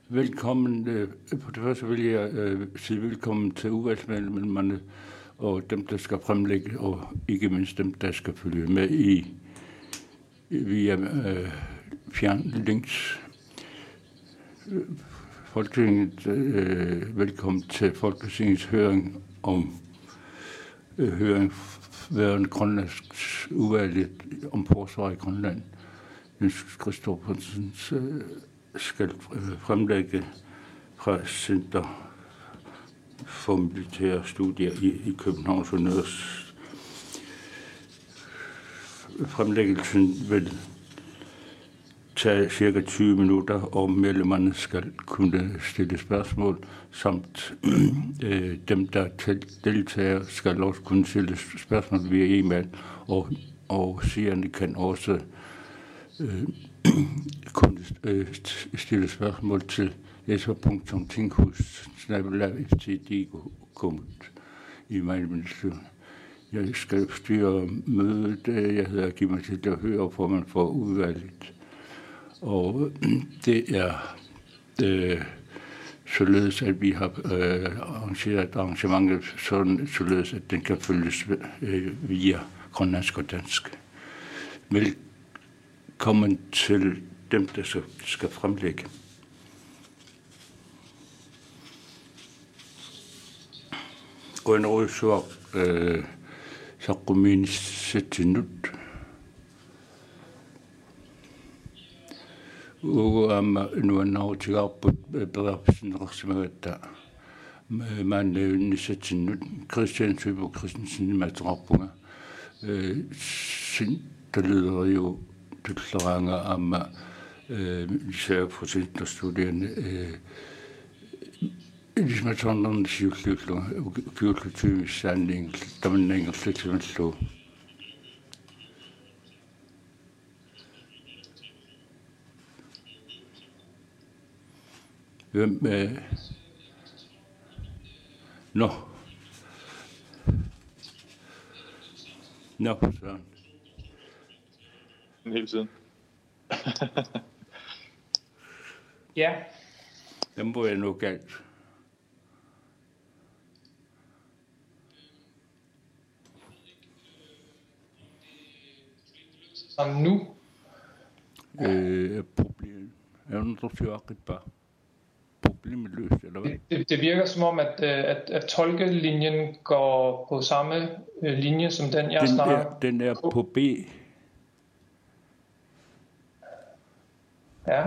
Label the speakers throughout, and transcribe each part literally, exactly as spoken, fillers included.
Speaker 1: Velkommen. Øh, på det første vil jeg øh, sige velkommen til udvalgsmedlemmerne og dem, der skal fremlægge, og ikke mindst dem, der skal følge med i via øh, fjernlinks. Folketinget, øh, velkommen til Folketingets høring om øh, høring vedrørende Grønlands udvalget om forsvar i Grønland. Jens Christoffersen øh, skal øh, fremlægge fra Center for Militære Studier i, i Københavns Universitet. Fremlæggelsen vil tage cirka tyve minutter, og medlemmerne skal kunne stille spørgsmål, samt øh, dem, der deltager, skal også kunne stille spørgsmål via e-mail, og, og seerne kan også øh, kunne øh, stille spørgsmål til jesper punktum tinghus snabel-a f t punktum d k i Miljøministeriet. Jeg skal styre mødet. Jeg hedder Kim Mathilde Højer, formand for udvalget. Og det er øh, således, at vi har øh, arrangeret arrangementet sådan, således, at den kan følges øh, via grønlandsk og dansk. Velkommen til dem, der skal, skal fremlægge. Grønland så øh, så rummen sættinut. Og nu er noget til at bedre sådan man sættinut. Christian Søber Christensen med drappunga. Der leder jo til klanger om især procentstuderende. Ligesom at sådan nogle sygeklykker, kyrkelytymisk sandling, der man engelsk lidt til at slå. Hvem er... Nå. Nå, på søren.
Speaker 2: Hele tiden.
Speaker 3: Ja.
Speaker 1: Den må jeg nu galt.
Speaker 3: Som nu?
Speaker 1: Øh, problem. Er du nødt til at bare problemet løst, eller hvad?
Speaker 3: Det, det virker som om, at, at, at tolkelinjen går på samme linje som den, jeg
Speaker 1: den
Speaker 3: snakker
Speaker 1: er, Den er på, på B.
Speaker 3: Ja.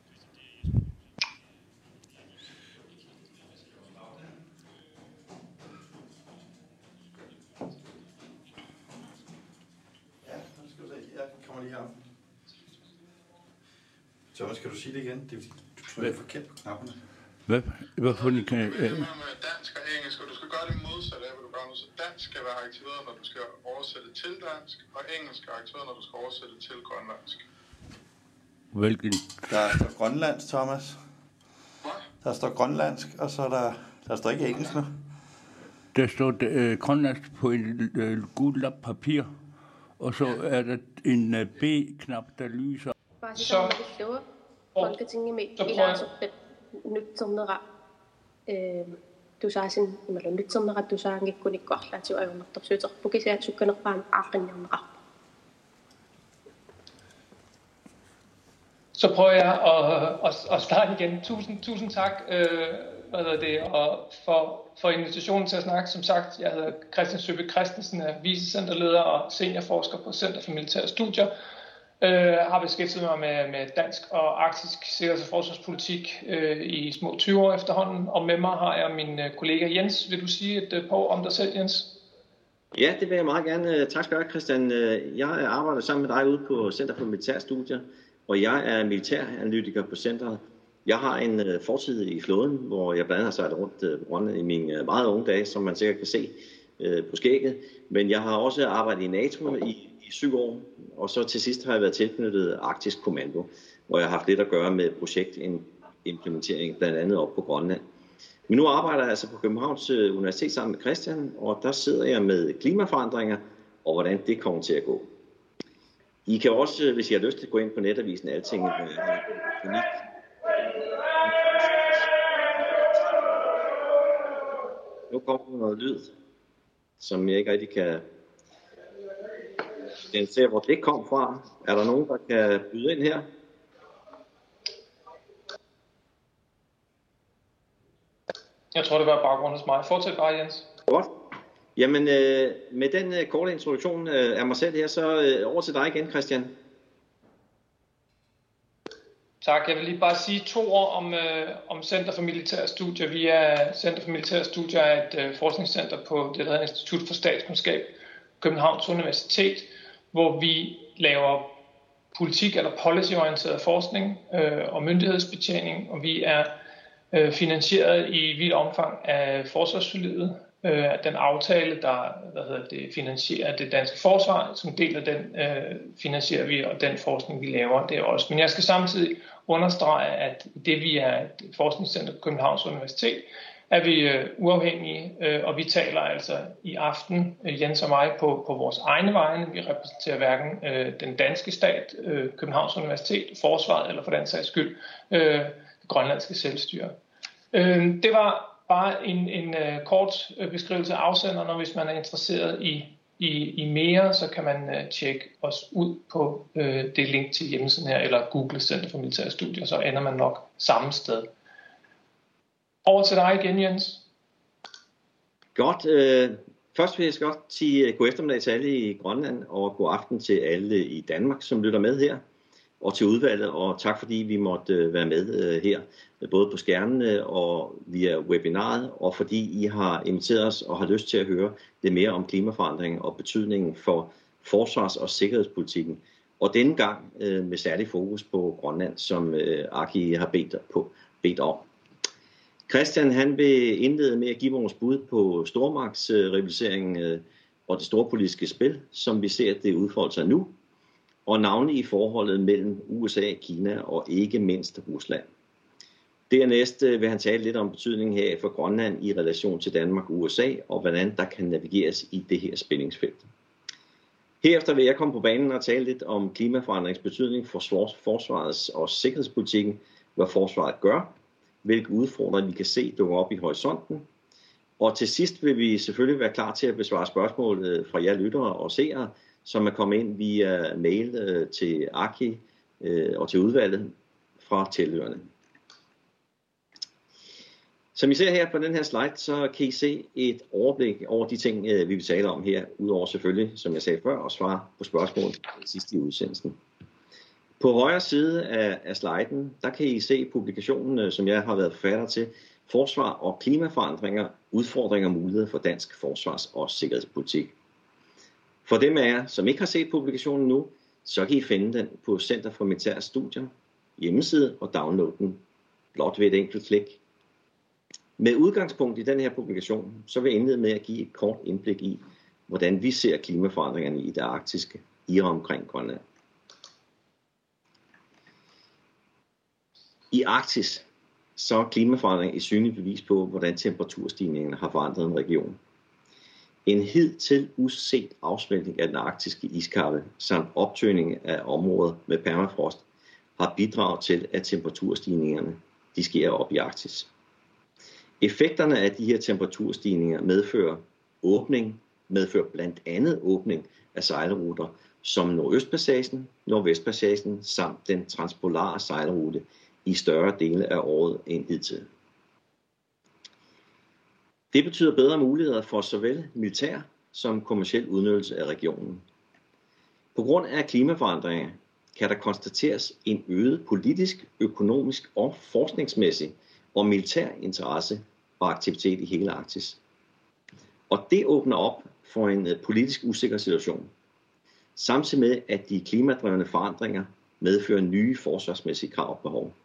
Speaker 4: Thomas, skal du sige det igen? Det er fordi, du trykker forkert på knapperne.
Speaker 1: Hvad? Hvorfor kan...
Speaker 5: Du skal med dansk og engelsk, og du skal gøre det modsat af, hvad du gør nu. Så dansk skal være aktiveret, når du skal oversætte til dansk, og engelsk skal aktiveret, når du skal oversætte til grønlandsk.
Speaker 1: Hvilken?
Speaker 4: Der står grønlandsk, Thomas.
Speaker 5: Hvad?
Speaker 4: Der står grønlandsk, og så er der, der står ikke engelsk nu.
Speaker 1: Der står øh, grønlandsk på en øh, gul lap papir, og så er der en øh, B-knap, der lyser.
Speaker 3: Så,
Speaker 6: Folketinget med ilaasuppat nutserneqa tusaasin imala nutserneqa tusaangikkunikkuarlaatigu ajornertorsuuterpukisia sukkanerpaam aaqinnerneqa.
Speaker 3: så prøver jeg at, at, at starte igen. Tusind, tusind tak øh, hvad hedder det, og for, for invitationen til at snakke. Som sagt, jeg hedder Christian Søbe Christensen, er vicecenterleder og seniorforsker på Center for Militære Studier. Uh, har beskæftiget mig med, med dansk og arktisk sikkerheds- og forsvarspolitik uh, i små tyve år efterhånden, og med mig har jeg min uh, kollega Jens. Vil du sige et uh, par ord om dig selv, Jens?
Speaker 7: Ja, det vil jeg meget gerne. Tak skal du have, Christian. Jeg arbejder sammen med dig ude på Center for Militære Studier, og jeg er militæranalytiker på centret. Jeg har en uh, fortid i flåden, hvor jeg blandt andet har sejlet rundt uh, på Grønland i mine uh, meget unge dage, som man sikkert kan se uh, på skægget. Men jeg har også arbejdet i NATO i i syv år, og så til sidst har jeg været tilknyttet Arktisk Kommando, hvor jeg har haft lidt at gøre med projektimplementering, blandt andet op på Grønland. Men nu arbejder jeg altså på Københavns Universitet sammen med Christian, og der sidder jeg med klimaforandringer, og hvordan det kommer til at gå. I kan også, hvis I har lyst til, gå ind på netavisen Altinget. nu kommer der noget lyd, som jeg ikke rigtig kan... Den ser, hvor det kom fra. Er der nogen, der kan byde ind her?
Speaker 3: Jeg tror, det var baggrund hos mig. Fortsæt bare, Jens.
Speaker 7: Godt. Jamen, øh, med den øh, korte introduktion øh, af mig selv her, så øh, over til dig igen, Christian.
Speaker 3: Tak. Jeg vil lige bare sige to ord om, øh, om Center for Militære Studier. Vi er Center for Militære Studier er et øh, forskningscenter på det, der hedder Institut for Statskundskab, Københavns Universitet, hvor vi laver politik- eller policyorienteret forskning øh, og myndighedsbetjening, og vi er øh, finansieret i vidt omfang af forsvarsforliget, øh, den aftale, der hvad hedder det, finansierer det danske forsvar, som del af den øh, finansierer vi, og den forskning, vi laver, det er også. Men jeg skal samtidig understrege, at det vi er et forskningscenter på Københavns Universitet, er vi øh, uafhængige, øh, og vi taler altså i aften, øh, Jens og mig, på, på vores egne vegne. Vi repræsenterer hverken øh, den danske stat, øh, Københavns Universitet, forsvaret eller for den sags skyld øh, det grønlandske selvstyre. Øh, det var bare en, en øh, kort øh, beskrivelse af afsenderen, og hvis man er interesseret i, i, i mere, så kan man øh, tjekke os ud på øh, det link til hjemmesiden her, eller google Center for Militære Studier, så ender man nok samme sted. Over til dig igen, Jens.
Speaker 7: Godt. Øh, først vil jeg godt sige god eftermiddag til alle i Grønland, og god aften til alle i Danmark, som lytter med her, og til udvalget, og tak fordi vi måtte være med øh, her, både på skærmene og via webinaret, og fordi I har inviteret os og har lyst til at høre lidt mere om klimaforandring og betydningen for forsvars- og sikkerhedspolitikken, og denne gang øh, med særlig fokus på Grønland, som øh, Aki har bedt, på, bedt om. Christian han vil indlede med at give vores bud på stormagtsrivaliseringen og det storpolitiske spil, som vi ser det udfolde sig nu, og navnlig i forholdet mellem U S A, Kina og ikke mindst Rusland. Dernæst vil han tale lidt om betydningen her for Grønland i relation til Danmark og U S A, og hvordan der kan navigeres i det her spændingsfelt. Herefter vil jeg komme på banen og tale lidt om klimaforandringens betydning for forsvarets og sikkerhedspolitikken, hvad forsvaret gør, hvilke udfordringer vi kan se dukke op i horisonten. Og til sidst vil vi selvfølgelig være klar til at besvare spørgsmål fra jer lyttere og seere, som er kommet ind via mail til Aki og til udvalget fra tilhørende. Som I ser her på den her slide, så kan I se et overblik over de ting, vi vil tale om her, udover selvfølgelig, som jeg sagde før, og svare på spørgsmål sidst i udsendelsen. På højre side af, af sliden, der kan I se publikationen, som jeg har været forfatter til, Forsvar og klimaforandringer, udfordringer og muligheder for dansk forsvars- og sikkerhedspolitik. For dem af jer, som ikke har set publikationen nu, så kan I finde den på Center for Militære Studier hjemmeside og downloade den blot ved et enkelt klik. Med udgangspunkt i den her publikation, så vil jeg indlede med at give et kort indblik i, hvordan vi ser klimaforandringerne i det arktiske i og omkring Grønland. I Arktis så er klimaforandring et synligt bevis på, hvordan temperaturstigningerne har forandret en region. En hidtil uset afsmeltning af den arktiske iskappe samt optøning af områder med permafrost har bidraget til, at temperaturstigningerne de sker op i Arktis. Effekterne af de her temperaturstigninger medfører åbning, medfører blandt andet åbning af sejlruter som Nordøstpassagen, Nordvestpassagen samt den transpolare sejlrute i større dele af året end hidtil. Det betyder bedre muligheder for såvel militær som kommerciel udnyttelse af regionen. På grund af klimaforandringer kan der konstateres en øget politisk, økonomisk og forskningsmæssig og militær interesse og aktivitet i hele Arktis. Og det åbner op for en politisk usikker situation, samtidig med at de klimadrevne forandringer medfører nye forsvarsmæssige krav og behov.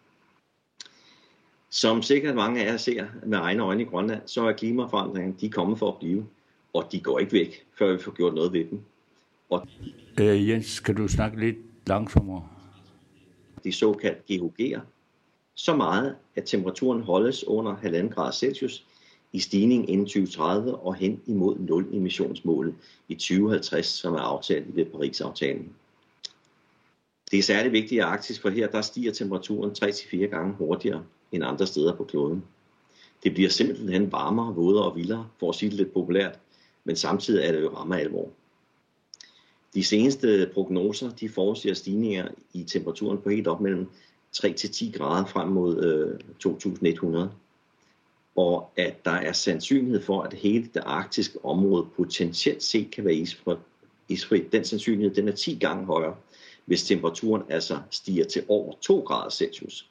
Speaker 7: Som sikkert mange af jer ser med egne øjne i Grønland, så er klimaforandringerne de er kommet for at blive, og de går ikke væk, før vi får gjort noget ved dem. Og
Speaker 1: øh, Jens, kan du snakke lidt langsommere?
Speaker 7: De såkaldte G H G'er, så meget, at temperaturen holdes under halvanden grad Celsius i stigning inden tyve tredive og hen imod nul emissionsmålet i tyve halvtreds, som er aftalt ved Paris-aftalen. Det er særligt vigtigt i Arktis, for her der stiger temperaturen tre til fire gange hurtigere end andre steder på kloden. Det bliver simpelthen varmere, vådere og vildere, for at sige det lidt populært, men samtidig er det jo ramme alvor. De seneste prognoser, de forudsiger stigninger i temperaturen på helt op mellem tre til ti grader frem mod øh, to tusind et hundrede. Og at der er sandsynlighed for, at hele det arktiske område potentielt set kan være isfrit. isfrit. Den sandsynlighed den er ti gange højere, hvis temperaturen altså stiger til over to grader Celsius.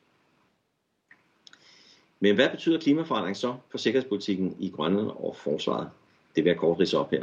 Speaker 7: Men hvad betyder klimaforandring så for sikkerhedspolitikken i Grønland og forsvaret? Det vil jeg kort ridse op her.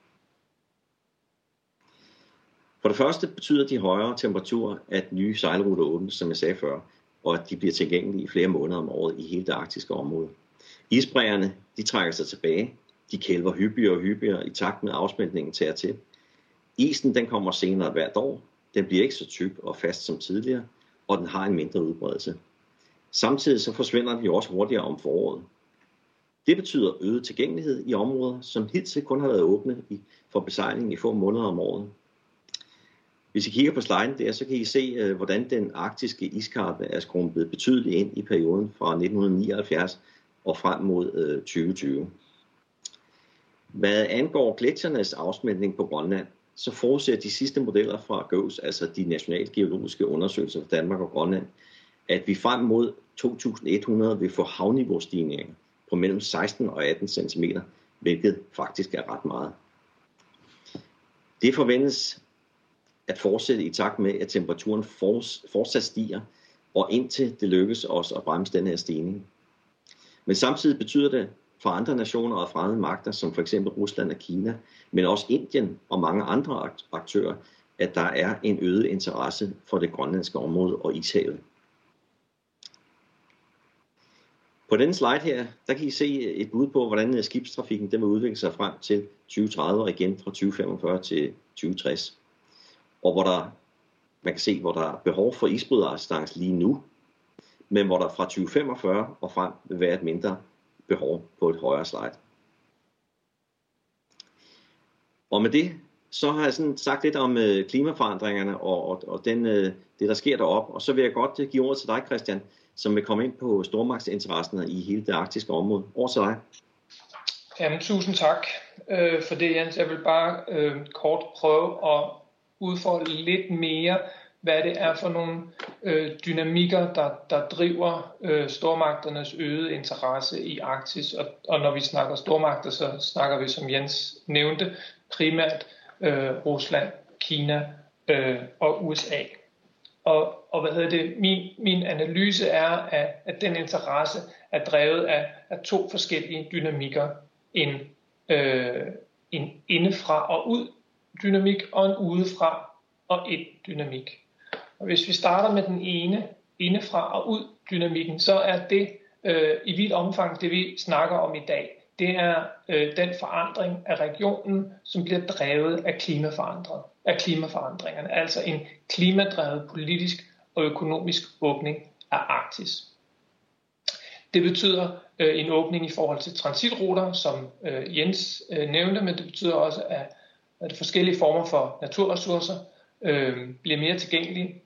Speaker 7: For det første betyder de højere temperaturer, at nye sejlruter åbnes, som jeg sagde før, og at de bliver tilgængelige i flere måneder om året i hele det arktiske område. Isbræerne, de trækker sig tilbage. De kælver hyppigere og hyppigere i takt med afsmeltningen tager til. Isen den kommer senere hvert år. Den bliver ikke så tyk og fast som tidligere, og den har en mindre udbredelse. Samtidig så forsvinder de også hurtigere om foråret. Det betyder øget tilgængelighed i områder, som hidtil kun har været åbne for besejling i få måneder om året. Hvis I kigger på sliden der, så kan I se, hvordan den arktiske iskappe er skrumpet betydeligt ind i perioden fra nitten nioghalvfjerds og frem mod tyve tyve. Hvad angår gletsjernes afsmeltning på Grønland, så forudser de sidste modeller fra GOES, altså de nationale geologiske undersøgelser for Danmark og Grønland, at vi frem mod to tusind et hundrede vil få havniveaustigninger på mellem seksten og atten centimeter, hvilket faktisk er ret meget. Det forventes at fortsætte i takt med, at temperaturen fortsat stiger, og indtil det lykkes os at bremse den her stigning. Men samtidig betyder det for andre nationer og fremmede magter, som for eksempel Rusland og Kina, men også Indien og mange andre aktører, at der er en øget interesse for det grønlandske område og ishavet. På denne slide her, der kan I se et bud på, hvordan skibstrafikken den vil udvikle sig frem til tyve tredive og igen fra tyve femogfyrre til tyve tres. Og hvor der, man kan se, hvor der er behov for isbryderastance lige nu, men hvor der fra tyve femogfyrre og frem vil være et mindre behov på et højere slide. Og med det, så har jeg sådan sagt lidt om øh, klimaforandringerne og, og, og den, øh, det, der sker deroppe. Og så vil jeg godt give ordet til dig, Christian, som vil komme ind på stormagtsinteresserne i hele det arktiske område. Over til dig.
Speaker 3: Jamen, tusind tak øh, for det, Jens. Jeg vil bare øh, kort prøve at udfordre lidt mere, hvad det er for nogle øh, dynamikker, der, der driver øh, stormagternes øgede interesse i Arktis. Og, og når vi snakker stormagter, så snakker vi, som Jens nævnte, primært øh, Rusland, Kina øh, og U S A. Og, og hvad hedder det? Min, min analyse er, at, at den interesse er drevet af, af to forskellige dynamikker. En, øh, en indefra og ud dynamik og en udefra og ind dynamik. Og hvis vi starter med den ene, indefra og ud dynamikken, så er det øh, i vidt omfang, det vi snakker om i dag, det er øh, den forandring af regionen, som bliver drevet af klimaforandring, af klimaforandringerne. Altså en klimadrevet politisk og økonomisk åbning af Arktis. Det betyder øh, en åbning i forhold til transitruter, som øh, Jens øh, nævnte, men det betyder også, at, at forskellige former for naturressourcer øh, bliver mere tilgængelige.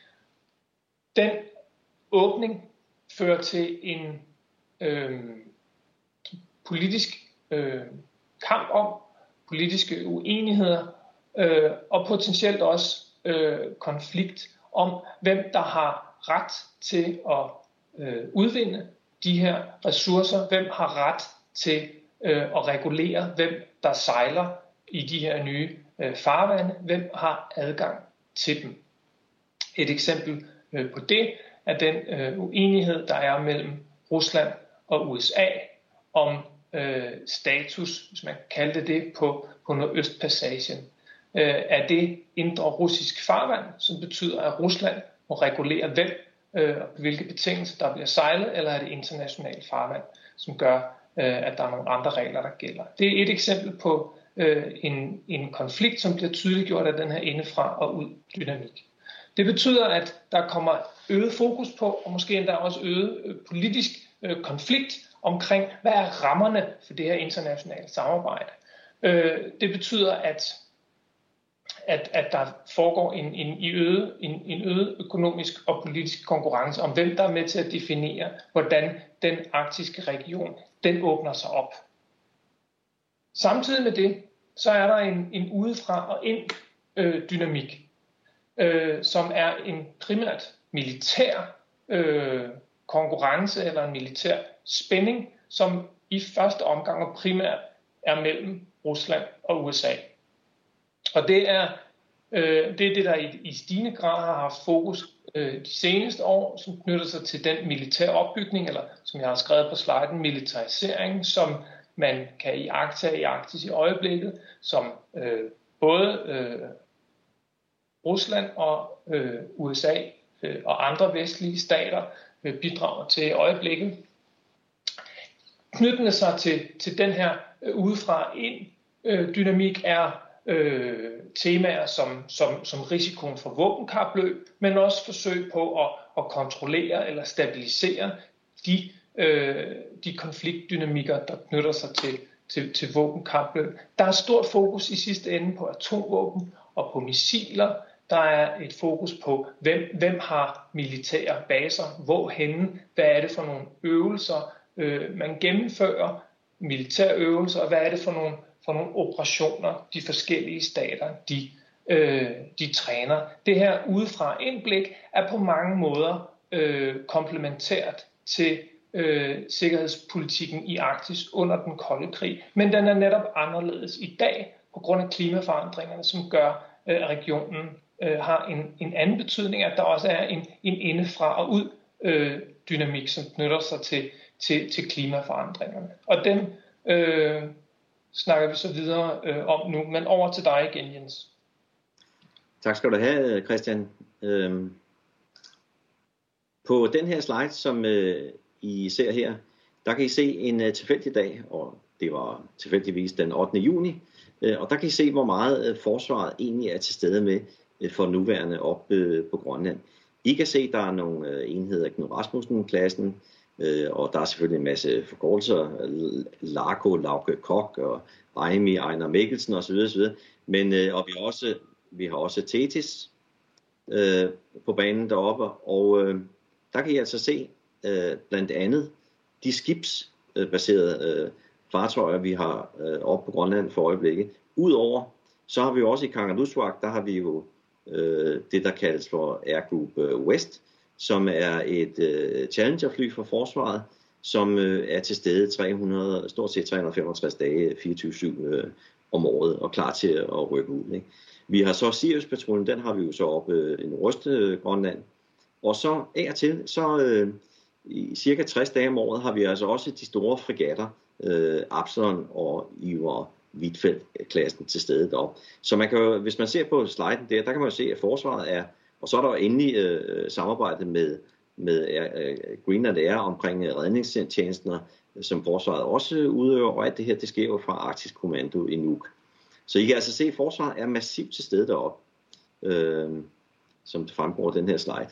Speaker 3: Den åbning fører til en øh, politisk øh, kamp om, politiske uenigheder øh, og potentielt også øh, konflikt om, hvem der har ret til at øh, udvinde de her ressourcer, hvem har ret til øh, at regulere, hvem der sejler i de her nye øh, farvande, hvem har adgang til dem. Et eksempel øh, på det er den øh, uenighed, der er mellem Rusland og U S A om øh, status, hvis man kan kalde det det, på, på Nordøstpassagen. Øh, er det indre russisk farvand, som betyder, at Rusland må regulere hvem øh, og på hvilke betingelser der bliver sejlet, eller er det internationalt farvand, som gør, øh, at der er nogle andre regler, der gælder. Det er et eksempel på øh, en, en konflikt, som bliver tydeliggjort af den her indefra og ud dynamik. Det betyder, at der kommer øget fokus på, og måske endda også øget øh, politisk øh, konflikt omkring, hvad er rammerne for det her internationale samarbejde. Øh, det betyder, at at, at der foregår en, en, en, øget, en, en øget økonomisk og politisk konkurrence om, hvem der er med til at definere, hvordan den arktiske region, den åbner sig op. Samtidig med det, så er der en, en udefra og ind øh, dynamik, øh, som er en primært militær øh, konkurrence eller en militær spænding, som i første omgang og primært er mellem Rusland og U S A. Og det er øh, det, er det der i, i stigende grad har haft fokus øh, de seneste år, som knytter sig til den militære opbygning, eller som jeg har skrevet på sliden, militarisering, som man kan iagttage i Arktis i øjeblikket, som øh, både øh, Rusland og øh, U S A øh, og andre vestlige stater øh, bidrager til i øjeblikket. Knyttende sig til, til den her øh, udefra ind øh, dynamik er øh, temaer som, som, som risikoen for våbenkapløb, men også forsøg på at, at kontrollere eller stabilisere de, øh, de konfliktdynamikker, der knytter sig til, til, til våbenkapløb. Der er stort fokus i sidste ende på atomvåben og på missiler. Der er et fokus på, hvem, hvem har militære baser, hvorhenne, hvad er det for nogle øvelser, øh, man gennemfører, militære øvelser, og hvad er det for nogle, for nogle operationer, de forskellige stater, de, øh, de træner. Det her udefra indblik er på mange måder øh, komplementært til øh, sikkerhedspolitikken i Arktis under den kolde krig, men den er netop anderledes i dag på grund af klimaforandringerne, som gør, at regionen øh, har en, en anden betydning, at der også er en, en indefra og ud øh, dynamik, som knytter sig til, til, til klimaforandringerne. Og den øh, snakker vi så videre øh, om nu, men over til dig igen, Jens.
Speaker 7: Tak skal du have, Christian. Øhm, på den her slide, som øh, I ser her, der kan I se en uh, tilfældig dag, og det var tilfældigvis den ottende juni, øh, og der kan I se, hvor meget øh, forsvaret egentlig er til stede med øh, for nuværende op øh, på Grønland. I kan se, der er nogle øh, enheder, Knud Rasmussen-klassen, øh, og der er selvfølgelig en masse forkortelser, Larko, Lauke Kok og Aimi, Ejner Mikkelsen osv. osv. Men øh, og vi har også vi har også Thetis øh, på banen deroppe, og øh, der kan I altså se øh, blandt andet de skibsbaserede øh, fartøjer, vi har øh, oppe på Grønland for øjeblikket. Udover, så har vi jo også i Kangerlussuaq, der har vi jo øh, det, der kaldes for Air Group West, som er et øh, Challenger-fly for forsvaret, som øh, er til stede tre hundrede, stort set tre hundrede og femogtres dage, fireogtyve syv øh, om året, og klar til at rykke ud. Ikke? Vi har så Sirius-patruljen, den har vi jo så oppe øh, i Nordøst øh, Grønland. Og så af og til, så øh, i cirka tres dage om året, har vi altså også de store fregatter, øh, Absalon og Ivar Huitfeldt-klassen til stede deroppe. Så man kan jo, hvis man ser på sliden der, der kan man jo se, at forsvaret er, og så er der jo endelig øh, samarbejde med, med øh, Greenland Air omkring redningstjenester, som forsvaret også udøver, og alt det her, det sker jo fra Arktisk Kommando i Nuuk. Så I kan altså se, at forsvaret er massivt til stede deroppe, øh, som det fremgår den her slide.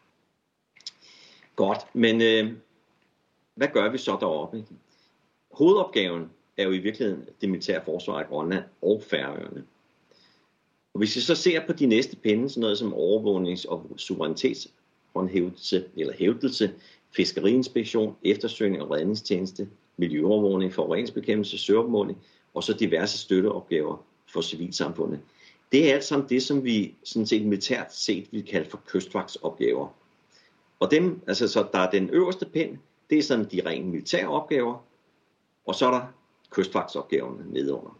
Speaker 7: Godt, men øh, hvad gør vi så deroppe? Ikke? Hovedopgaven er jo i virkeligheden det militære forsvar i Grønland og Færøerne. Og hvis vi så ser på de næste pinde, sådan noget som overvågnings- og suverænitetshåndhævelse eller hævdelse, fiskeriinspektion, eftersøgning og redningstjeneste, miljøovervågning, forureningsbekæmpelse, søopmåling og så diverse støtteopgaver for civilsamfundet. Det er alt sammen det, som vi sådan set militært set vil kalde for kystvagtsopgaver. Og dem, altså så der er den øverste pind, det er sådan de rent militære opgaver, og så er der kystvagtsopgaverne nedenunder.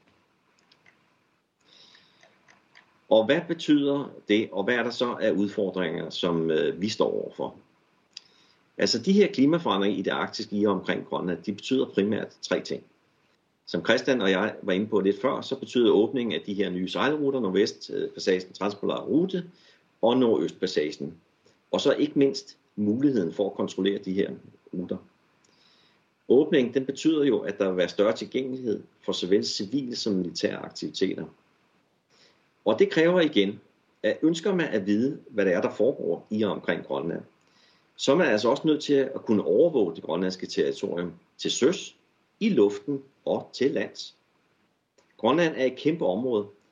Speaker 7: Og hvad betyder det, og hvad er der så af udfordringer, som øh, vi står overfor? Altså de her klimaforandringer i det arktiske i og omkring Grønland, de betyder primært tre ting. Som Christian og jeg var inde på lidt før, så betyder åbningen af de her nye sejlruter, Nordvestpassagen, Transpolar Rute og Nordøstpassagen. Og så ikke mindst muligheden for at kontrollere de her ruter. Åbningen, den betyder jo, at der vil være større tilgængelighed for såvel civile som militære aktiviteter. Og det kræver igen, at ønsker man at vide, hvad det er, der foregår i og omkring Grønland, så er man altså også nødt til at kunne overvåge det grønlandske territorium til søs, i luften og til lands. Grønland er et kæmpe område,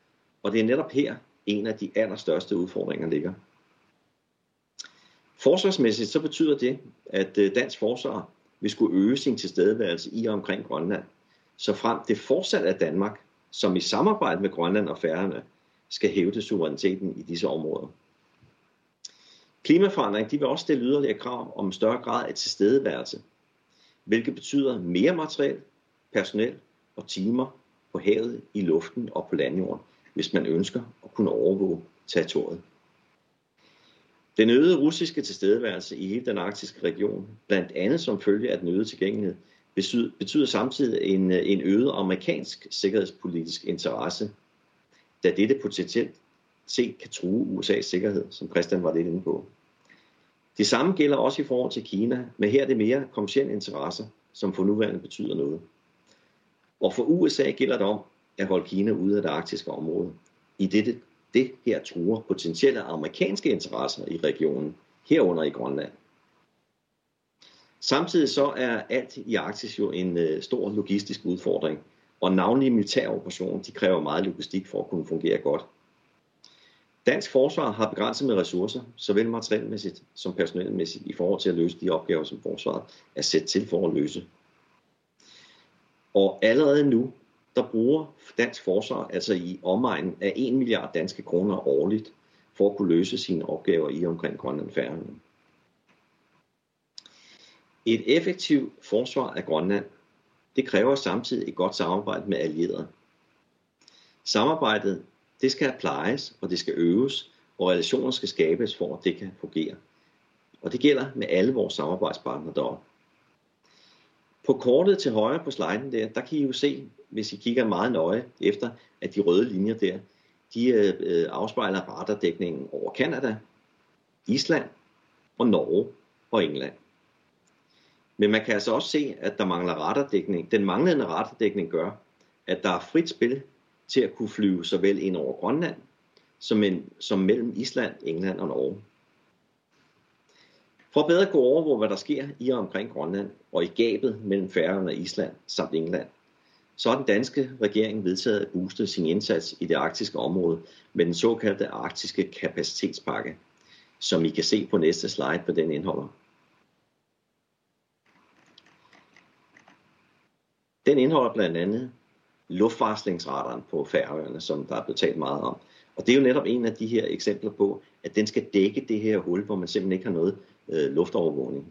Speaker 7: Og det er netop her, en af de allerstørste udfordringer ligger. Forsvarsmæssigt så betyder det, at dansk forsvar vil skulle øge sin tilstedeværelse i og omkring Grønland, så frem det fortsat er Danmark, som i samarbejde med Grønland og Færøerne skal hævde suveræniteten i disse områder. Klimaforandring de vil også stille yderligere krav om en større grad af tilstedeværelse, hvilket betyder mere materiel, personel og timer på havet, i luften og på landjorden, hvis man ønsker at kunne overvåge territoriet. Den øgede russiske tilstedeværelse i hele den arktiske region, blandt andet som følge af den øgede tilgængelighed, betyder samtidig en, en øget amerikansk sikkerhedspolitisk interesse, da dette potentielt set kan true U S A's sikkerhed, som Christian var lidt inde på. Det samme gælder også i forhold til Kina, men her er det mere kommercielle interesser, som for nuværende betyder noget. Og for U S A gælder det om at holde Kina ude af det arktiske område, i dette det her truer potentielle amerikanske interesser i regionen, herunder i Grønland. Samtidig så er alt i Arktis jo en øh, stor logistisk udfordring, og navnlig militære operationer, de kræver meget logistik for at kunne fungere godt. Dansk forsvar har begrænset med ressourcer, såvel materielmæssigt som personelmæssigt, i forhold til at løse de opgaver, som forsvaret er sat til for at løse. Og allerede nu, der bruger dansk forsvar altså i omegnen af en milliard danske kroner årligt for at kunne løse sine opgaver i omkring Grønland og Færøerne. Et effektivt forsvar af Grønland, det kræver samtidig et godt samarbejde med allierede. Samarbejdet, det skal plejes, og det skal øves, og relationer skal skabes for, at det kan fungere. Og det gælder med alle vores samarbejdspartnere deroppe. På kortet til højre på sliden der, der kan I jo se, hvis I kigger meget nøje efter, at de røde linjer der, de øh, afspejler radardækningen over Canada, Island og Norge og England. Men man kan altså også se, at der mangler radardækning. Den manglende radardækning gør, at der er frit spil til at kunne flyve såvel ind over Grønland, som, en, som mellem Island, England og Norge. For at bedre kunne overvåge, hvad der sker i og omkring Grønland og i gabet mellem Færøerne og Island samt England, så har den danske regering vedtaget at booste sin indsats i det arktiske område med den såkaldte arktiske kapacitetspakke, som I kan se på næste slide, på den indeholder. Den indeholder blandt andet luftvarslingsradaren på Færøerne, som der er blevet talt meget om. Og det er jo netop en af de her eksempler på, at den skal dække det her hul, hvor man simpelthen ikke har noget øh, luftovervågning.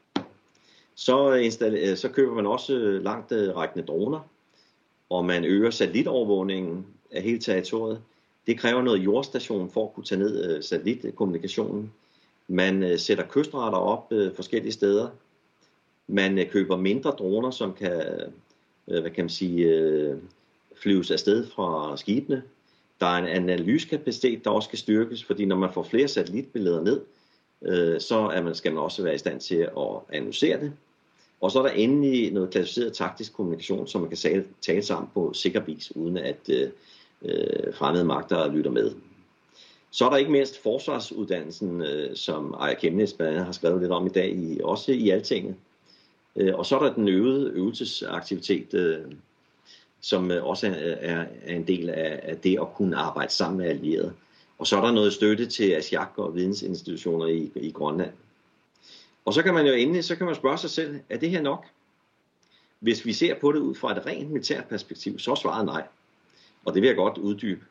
Speaker 7: Så, install- så køber man også langt øh, rækkende droner, og man øger satellitovervågningen af hele territoriet. Det kræver noget jordstation for at kunne tage ned øh, satellitkommunikationen. Man øh, sætter kystradar op øh, forskellige steder. Man øh, køber mindre droner, som kan, øh, hvad kan man sige, øh, flyves afsted fra skibene. Der er en analysekapacitet, der også skal styrkes, fordi når man får flere satellitbilleder ned, øh, så er man, skal man også være i stand til at analysere det. Og så er der endelig noget klassificeret taktisk kommunikation, som man kan tale, tale sammen på sikker vis, uden at øh, fremmede magter lytter med. Så er der ikke mindst forsvarsuddannelsen, øh, som Aya Kemnes har skrevet lidt om i dag, i, også i Altinget. Øh, og så er der den øvede øvelsesaktivitet, øh, som også er, er en del af, af det at kunne arbejde sammen med allierede. Og så er der noget støtte til ASIAC og vidensinstitutioner i, i Grønland. Og så kan man jo endelig, så kan man spørge sig selv, er det her nok? Hvis vi ser på det ud fra et rent militært perspektiv, så er svaret nej. Og det vil jeg godt uddybe.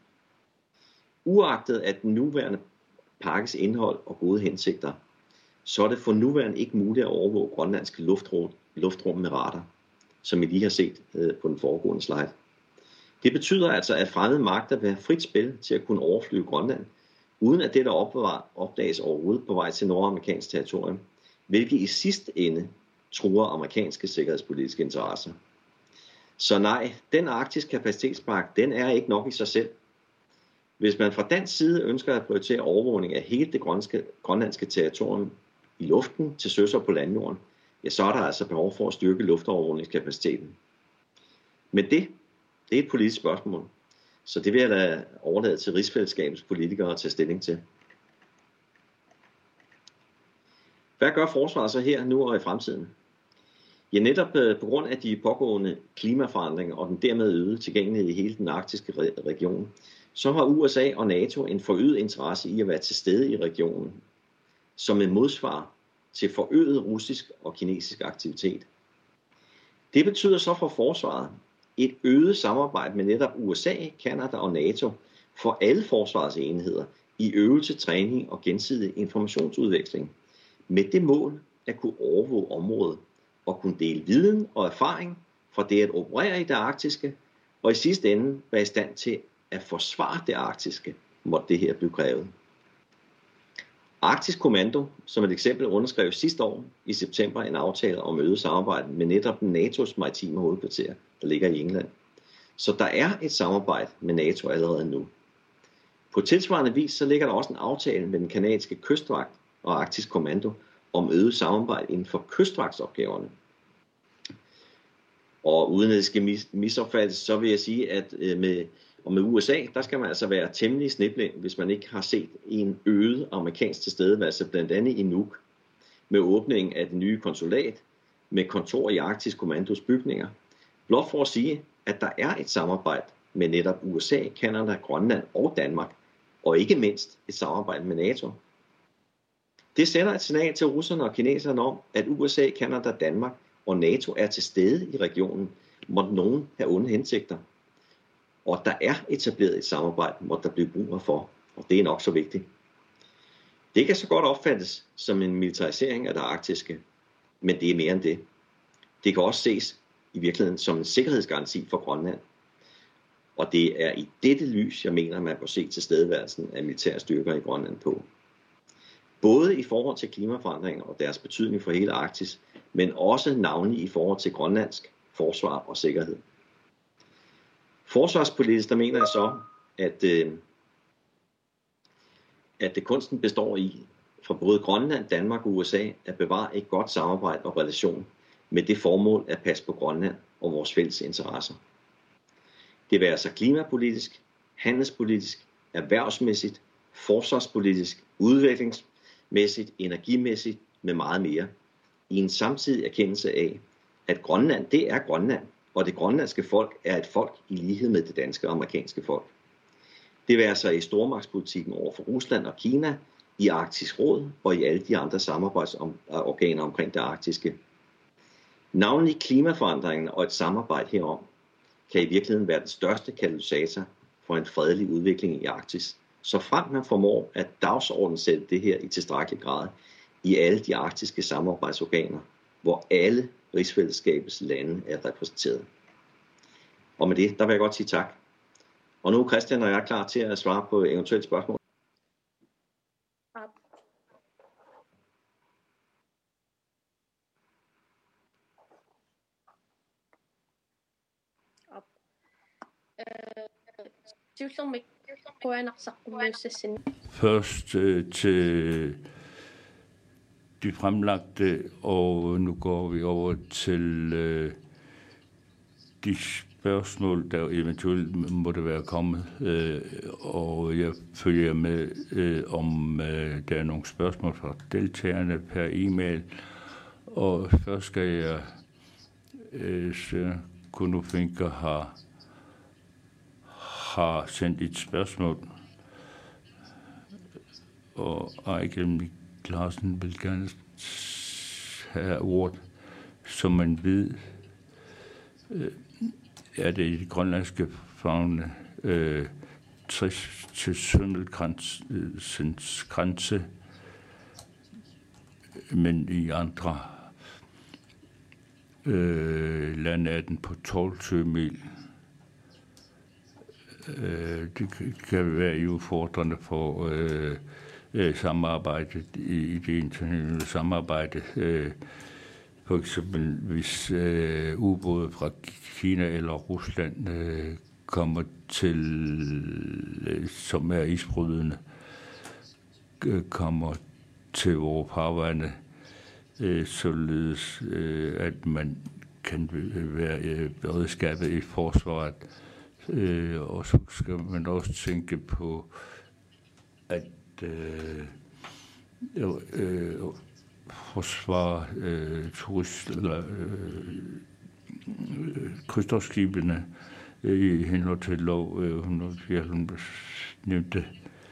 Speaker 7: Uagtet at den nuværende pakkes indhold og gode hensigter, så er det for nuværende ikke muligt at overvåge grønlandske luftrum, luftrum med radar, som I lige har set øh, på den foregående slide. Det betyder altså, at fremmede magter vil have frit spil til at kunne overflyve Grønland, uden at det der opdages overhovedet på vej til nordamerikansk territorium, hvilket i sidste ende truer amerikanske sikkerhedspolitiske interesser. Så nej, den arktiske kapacitetspakke, den er ikke nok i sig selv. Hvis man fra dansk side ønsker at prioritere overvågning af hele det grønlandske territorium i luften til søs og på landjorden, ja, så er der altså behov for at styrke luftovervågningskapaciteten. Men det, det er et politisk spørgsmål, så det vil jeg da overlade til rigsfællesskabets politikere at tage stilling til. Hvad gør forsvaret så her, nu og i fremtiden? Ja, netop på grund af de pågående klimaforandringer og den dermed øgede tilgængelighed i hele den arktiske region, så har U S A og NATO en forøget interesse i at være til stede i regionen, som en modsvar til forøget russisk og kinesisk aktivitet. Det betyder så for forsvaret et øget samarbejde med netop U S A, Canada og NATO for alle forsvarets enheder i øvelse, træning og gensidig informationsudveksling, med det mål at kunne overvåge området og kunne dele viden og erfaring fra det at operere i det arktiske, og i sidste ende være i stand til at forsvare det arktiske, måtte det her blive krævet. Arktisk Kommando, som et eksempel, underskrev sidste år i september en aftale om øget samarbejde med netop NATO's maritime hovedkvarter, der ligger i England. Så der er et samarbejde med NATO allerede nu. På tilsvarende vis så ligger der også en aftale med den kanadiske kystvagt og Arktisk Kommando om øget samarbejde inden for kystvagtsopgaverne. Og uden at det skal mis- misopfattes, så vil jeg sige, at med, og med U S A, der skal man altså være temmelig sniblind, hvis man ikke har set en øget amerikansk tilstedeværelse, blandt andet i Nuuk, med åbningen af det nye konsulat, med kontor i Arktisk Kommandos bygninger. Blot for at sige, at der er et samarbejde med netop U S A, Canada, Grønland og Danmark, og ikke mindst et samarbejde med NATO. Det sender et signal til russerne og kineserne om, at U S A, Canada, Danmark og NATO er til stede i regionen, måtte nogen have onde hensigter. Og der er etableret et samarbejde, måtte der blive brug for, og det er nok så vigtigt. Det kan så godt opfattes som en militarisering af det arktiske, men det er mere end det. Det kan også ses i virkeligheden som en sikkerhedsgaranti for Grønland. Og det er i dette lys, jeg mener, man bør se tilstedeværelsen af militære styrker i Grønland på. Både i forhold til klimaforandringer og deres betydning for hele Arktis, men også navnlig i forhold til grønlandsk forsvar og sikkerhed. Forsvarspolitisk, der mener jeg så, at, øh, at det kunsten består i, fra både Grønland, Danmark og U S A, at bevare et godt samarbejde og relation med det formål at passe på Grønland og vores fælles interesser. Det vil altså klimapolitisk, handelspolitisk, erhvervsmæssigt, forsvarspolitisk, udviklingsmæssigt, energimæssigt med meget mere, i en samtidig erkendelse af, at Grønland, det er Grønland, og det grønlandske folk er et folk i lighed med det danske og amerikanske folk. Det vil altså i stormagtspolitikken over for Rusland og Kina, i Arktisk Råd og i alle de andre samarbejdsorganer omkring det arktiske. Navnlig klimaforandringen og et samarbejde herom kan i virkeligheden være den største katalysator for en fredelig udvikling i Arktis, så frem man formår at dagsordensætte det her i tilstrækkelig grad i alle de arktiske samarbejdsorganer, hvor alle rigsfællesskabets lande er repræsenteret. Og med det, der vil jeg godt sige tak. Og nu Christian og jeg er klar til at svare på eventuelle spørgsmål.
Speaker 1: Først øh, til de fremlagte, og nu går vi over til øh, de spørgsmål, der eventuelt måtte være kommet, øh, og jeg følger med, øh, om øh, der er nogle spørgsmål fra deltagerne per e-mail, og først skal jeg øh, så Kunofinker har har sendt et spørgsmål, og Ejkel Larsen vil gerne have ordet, som man ved, øh, er det i de grønlandske fagne øh, tres til Søndelgrænsens grænse, men i andre øh, lande er den på tolv sømil. Det kan være udfordrende for øh, øh, samarbejdet i, i det internationale samarbejde. Øh, for eksempel hvis øh, ubåde fra Kina eller Rusland øh, kommer til, øh, som er isbrydende, øh, kommer til vores farvande, øh, således øh, at man kan være øh, beredskabet i forsvaret. Øh, og så skal man også tænke på, at øh, øh, forsvare øh, turist, eller øh, krydstogtskibene i henhold til lov et hundrede og fireoghalvfems nævnte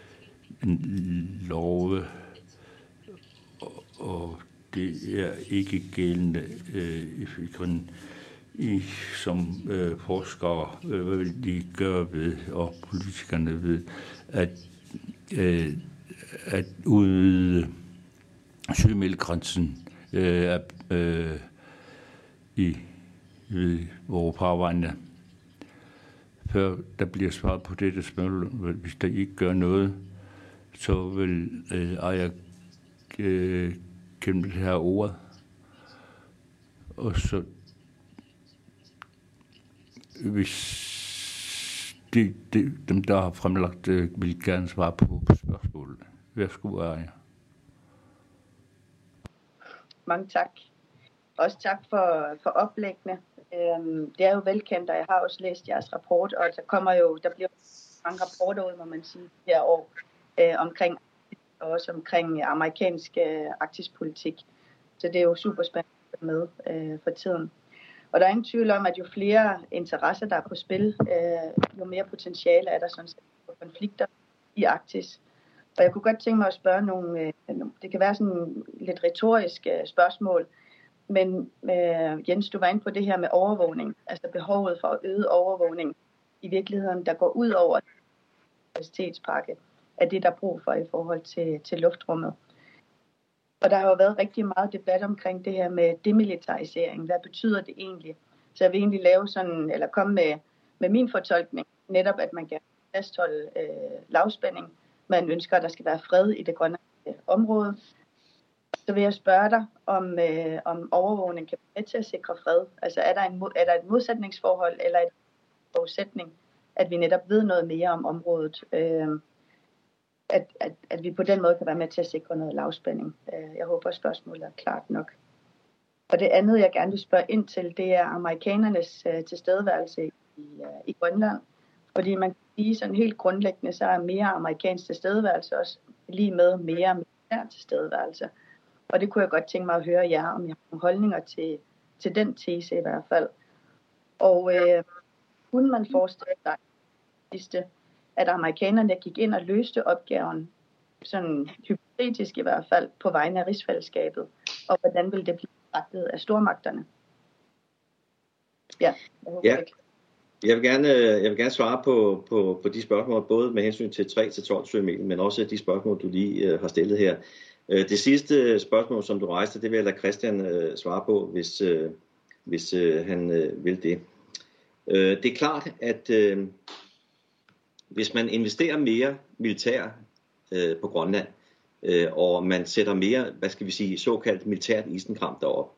Speaker 1: love, og, og det er ikke gældende øh, i, i, som øh, forskere øh, hvad vil de gøre ved, og politikerne ved, at, øh, at udvide sygemeldegrænsen øh, er, øh, i ved vores farvejene. Før der bliver svaret på dette spørgsmål, hvis der ikke gør noget, så vil øh, Aya øh, kende det her ord. Og så hvis de, de, dem, der har fremlagt, øh, vil gerne svare på, på spørgsmålet. Værsgo, Aya.
Speaker 2: Mange tak. Også tak for, for oplæggene. Øhm, det er jo velkendt, og jeg har også læst jeres rapport, og der kommer jo, der bliver mange rapporter ud, må man sige, her år, øh, omkring, og også omkring amerikansk øh, arktispolitik. Så det er jo super spændende med øh, for tiden. Og der er ingen tvivl om, at jo flere interesser, der er på spil, øh, jo mere potentiale er der sådan set for konflikter i Arktis. Og jeg kunne godt tænke mig at spørge nogle, øh, det kan være sådan lidt retoriske spørgsmål, men øh, Jens, du var inde på det her med overvågning, altså behovet for at øge overvågning i virkeligheden, der går ud over kapacitetspakke, af det, der er brug for i forhold til, til luftrummet. Og der har jo været rigtig meget debat omkring det her med demilitarisering. Hvad betyder det egentlig? Så jeg vil egentlig lave sådan, eller komme med, med min fortolkning, netop at man kan fastholde øh, lavspænding. Man ønsker, at der skal være fred i det grønlandske område. Så vil jeg spørge dig, om, øh, om overvågning kan være med til at sikre fred. Altså er der, en, er der et modsætningsforhold, eller et forudsætning, at vi netop ved noget mere om området? Øh, at, at, at vi på den måde kan være med til at sikre noget lavspænding. Øh, jeg håber, at spørgsmålet er klart nok. Og det andet, jeg gerne vil spørge ind til, det er amerikanernes øh, tilstedeværelse i, øh, i Grønland. Fordi man kan sige sådan helt grundlæggende, så er mere amerikansk tilstedeværelse også lige med mere militær tilstedeværelse. Og det kunne jeg godt tænke mig at høre jer, om jeg har nogle holdninger til, til den tese i hvert fald. Og øh, kunne man forestille sig, at amerikanerne gik ind og løste opgaven, sådan hypotetisk i hvert fald, på vegne af rigsfællesskabet, og hvordan ville det blive rettet af stormagterne? Ja, jeg håber
Speaker 7: ja. Jeg vil gerne, jeg vil gerne svare på, på, på de spørgsmål, både med hensyn til tre til tolv sømil, men også de spørgsmål, du lige uh, har stillet her. Uh, det sidste spørgsmål, som du rejste, det vil jeg lade Christian uh, svare på, hvis, uh, hvis uh, han uh, vil det. Uh, det er klart, at uh, hvis man investerer mere militær uh, på Grønland, uh, og man sætter mere, hvad skal vi sige, såkaldt militært isenkram derop,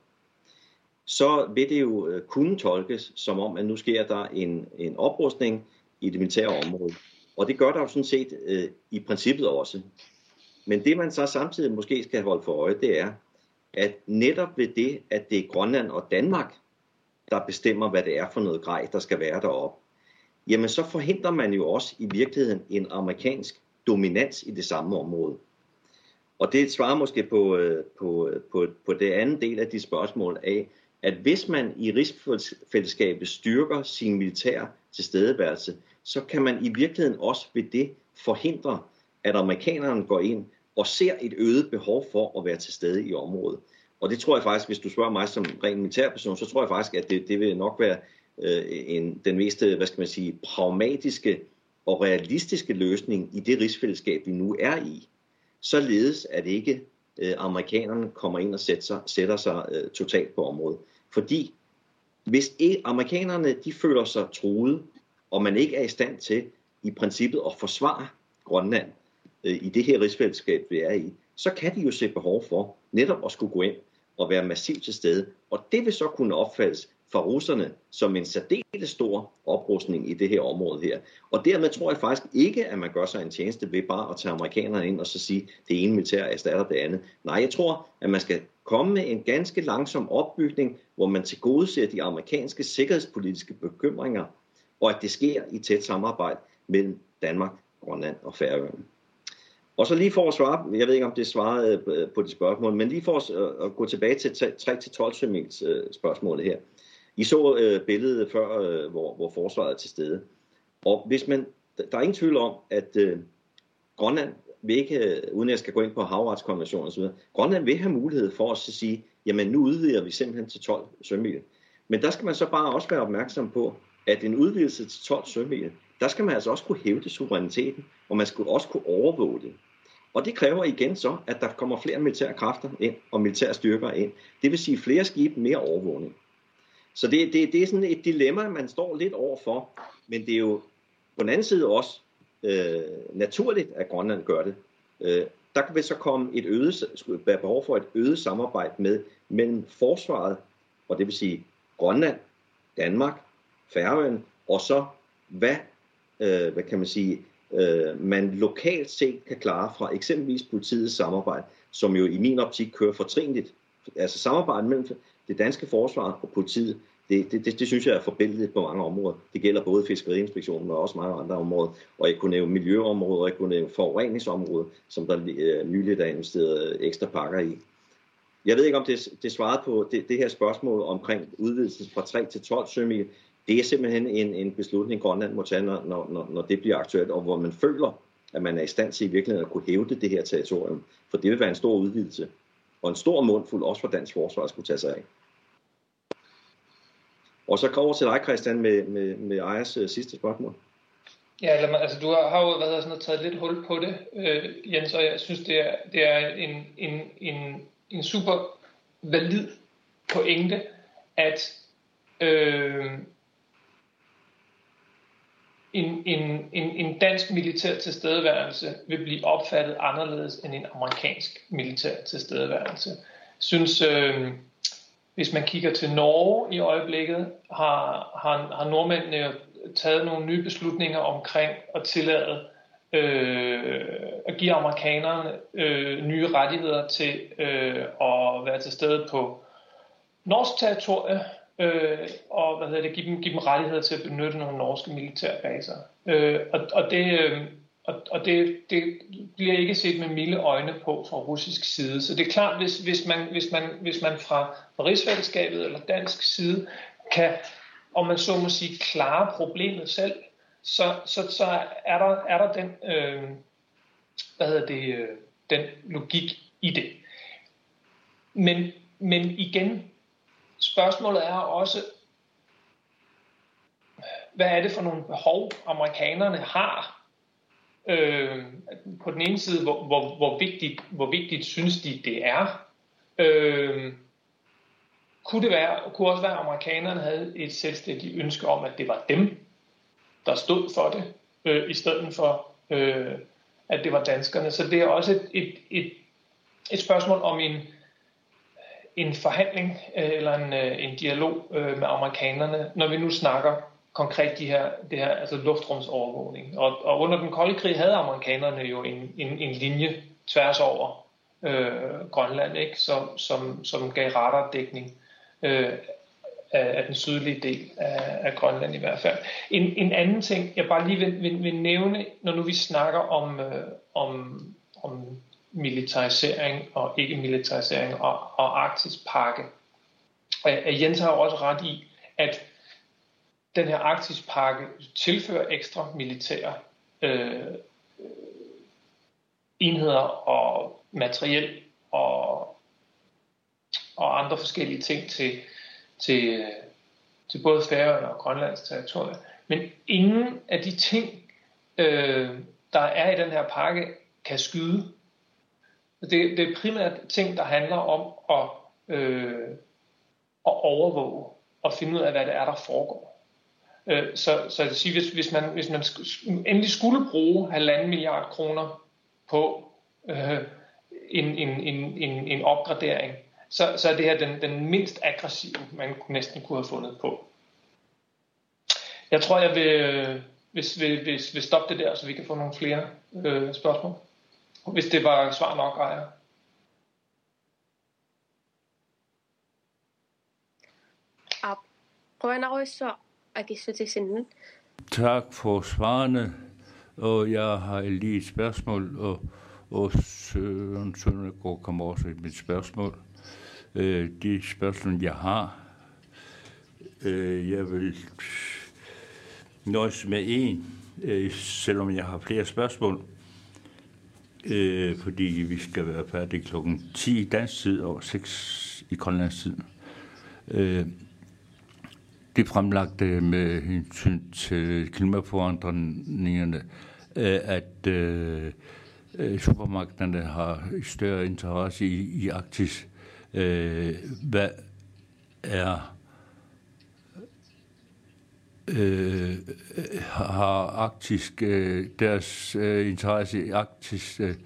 Speaker 7: så vil det jo uh, kunne tolkes som om, at nu sker der en, en oprustning i det militære område. Og det gør der jo sådan set uh, i princippet også. Men det man så samtidig måske skal holde for øje, det er, at netop ved det, at det er Grønland og Danmark, der bestemmer, hvad det er for noget grej, der skal være deroppe, jamen så forhindrer man jo også i virkeligheden en amerikansk dominans i det samme område. Og det svarer måske på, på, på, på det andet del af de spørgsmål af, at hvis man i rigsfællesskabet styrker sin militære tilstedeværelse, så kan man i virkeligheden også ved det forhindre, at amerikanerne går ind og ser et øget behov for at være til stede i området. Og det tror jeg faktisk, hvis du spørger mig som ren militærperson, så tror jeg faktisk, at det, det vil nok være øh, en, den mest, hvad skal man sige, pragmatiske og realistiske løsning i det rigsfællesskab, vi nu er i. Således at ikke øh, amerikanerne kommer ind og sætter sig, sætter sig øh, totalt på området. Fordi hvis ikke amerikanerne de føler sig truet, og man ikke er i stand til i princippet at forsvare Grønland øh, i det her rigsfællesskab, vi er i, så kan de jo se behov for netop at skulle gå ind og være massivt til stede. Og det vil så kunne opfattes fra russerne som en særdeles stor oprustning i det her område her. Og dermed tror jeg faktisk ikke, at man gør sig en tjeneste ved bare at tage amerikanerne ind og så sige, det ene militær erstatter det andet. Nej, jeg tror, at man skal komme med en ganske langsom opbygning, hvor man tilgodeser de amerikanske sikkerhedspolitiske bekymringer, og at det sker i tæt samarbejde mellem Danmark, Grønland og Færøerne. Og så lige for at svare, jeg ved ikke om det svarede på det spørgsmål, men lige for at gå tilbage til tre til tolv sømils spørgsmålet her. I så øh, billedet før, øh, hvor, hvor forsvaret er til stede. Og hvis man, der er ingen tvivl om, at øh, Grønland vil ikke, uden jeg skal gå ind på havretskonventionen og så videre, Grønland vil have mulighed for at sige, jamen nu udvider vi simpelthen til tolv sømil. Men der skal man så bare også være opmærksom på, at en udvidelse til tolv sømil, der skal man altså også kunne hævde suveræniteten, og man skal også kunne overvåge det. Og det kræver igen så, at der kommer flere militære kræfter ind, og militære styrker ind. Det vil sige flere skibe, mere overvågning. Så det, det, det er sådan et dilemma, man står lidt overfor, men det er jo på den anden side også øh, naturligt, at Grønland gør det. Øh, der vil så komme et øget, være behov for et øget samarbejde med, mellem forsvaret, og det vil sige Grønland, Danmark, Færøerne, og så hvad, øh, hvad kan man sige, øh, man lokalt set kan klare fra eksempelvis politiets samarbejde, som jo i min optik kører fortrinligt. Altså samarbejdet mellem det danske forsvar og politiet, det, det, det, det synes jeg er forbilledeligt på mange områder. Det gælder både fiskeriinspektionen, men også mange andre områder. Og jeg kunne nævne miljøområder, og jeg kunne nævne forureningsområder, som der øh, nyligt er investeret ekstra pakker i. Jeg ved ikke, om det, det svarede på det, det her spørgsmål omkring udvidelsen fra tre til tolv sømil. Det er simpelthen en, en beslutning, Grønland må tage, når, når, når det bliver aktuelt, og hvor man føler, at man er i stand til i virkeligheden at kunne hævde det her territorium. For det vil være en stor udvidelse, og en stor mundfuld også for dansk forsvar at skulle tage sig af. Og så går over til dig, Christian, med, med, med Ejers uh, sidste spørgsmål.
Speaker 3: Ja, lad mig, altså du har, har jo hvad hedder sådan noget, taget lidt hul på det, øh, Jens, og jeg synes, det er, det er en, en, en, en super valid pointe, at øh, en, en, en, en dansk militær tilstedeværelse vil blive opfattet anderledes end en amerikansk militær tilstedeværelse. Jeg synes, øh, hvis man kigger til Norge i øjeblikket, har, har, har nordmændene taget nogle nye beslutninger omkring at tillade øh, at give amerikanerne øh, nye rettigheder til øh, at være til stede på norsk territorie, øh, og hvad hedder det, give dem, give dem rettigheder til at benytte nogle norske militærbaser. Øh, og og, det, øh, og, og det, det bliver ikke set med milde øjne på fra russisk side. Så det er klart, hvis, hvis, man, hvis, man, hvis man fra rigsfællesskabet eller dansk side kan, om man så må sige, klare problemet selv, så, så, så er, der, er der den, øh, hvad hedder det, øh, den logik i det. Men, men igen, spørgsmålet er også, hvad er det for nogle behov, amerikanerne har? Øh, på den ene side, hvor, hvor, hvor, vigtigt, hvor vigtigt synes de, det er? Øh, kunne det være, kunne også være, at amerikanerne havde et selvstændigt ønske om, at det var dem, der stod for det, øh, i stedet for, øh, at det var danskerne. Så det er også et, et, et, et spørgsmål om en, en forhandling øh, eller en, øh, en dialog øh, med amerikanerne, når vi nu snakker konkret de her, det her altså luftrumsovervågning. Og, og under den kolde krig havde amerikanerne jo en, en, en linje tværs over øh, Grønland, ikke? Som, som, som gav radardækning øh, af, af den sydlige del af, af Grønland i hvert fald. En, en anden ting, jeg bare lige vil, vil, vil nævne, når nu vi snakker om, øh, om, om militarisering og ikke-militarisering og, og Arktispakke. Og Jens har jo også ret i, at den her Arktispakke tilfører ekstra militære øh, enheder og materiel og, og andre forskellige ting til, til, til både Færøerne og Grønlands territorier. Men ingen af de ting, øh, der er i den her pakke, kan skyde. Det, det er primært ting, der handler om at, øh, at overvåge og finde ud af, hvad det er, der foregår. Så, så jeg vil sige, hvis, hvis, man, hvis man endelig skulle bruge halvanden milliard kroner på øh, en, en, en, en, en opgradering, så, så er det her den, den mindst aggressive, man næsten kunne have fundet på. Jeg tror, jeg vil, hvis, vil, vil, vil stoppe det der, så vi kan få nogle flere øh, spørgsmål. Hvis det var svar nok, Ejr.
Speaker 1: Tak for svarene, og jeg har lige et spørgsmål, og, og Søren Søndergaard kommer også med et spørgsmål. Øh, de spørgsmål, jeg har, Øh, jeg vil nøjes med en, øh, selvom jeg har flere spørgsmål. Øh, fordi vi skal være færdige klokken ti i dansk tid og seks i grønlandsk tid. Øh, det fremlagte med hensyn til klimaforandringerne, øh, at øh, supermarkederne har større interesse i, i Arktis. Øh, hvad er øh, har Arktisk øh, deres øh, interesse i Arktis øh,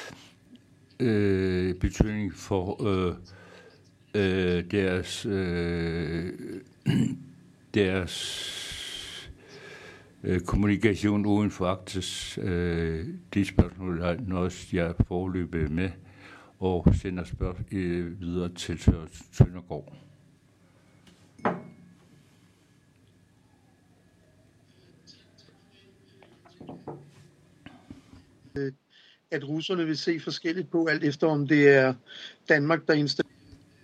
Speaker 1: øh, betydning for øh, øh, deres øh, deres øh, kommunikation uden for Arktis. Øh, det spørgsmål er noget, jeg foreløbet med og sender spørgsmål øh, videre til Søndergaard.
Speaker 8: At russerne vil se forskelligt på, alt efter om det er Danmark, der installerer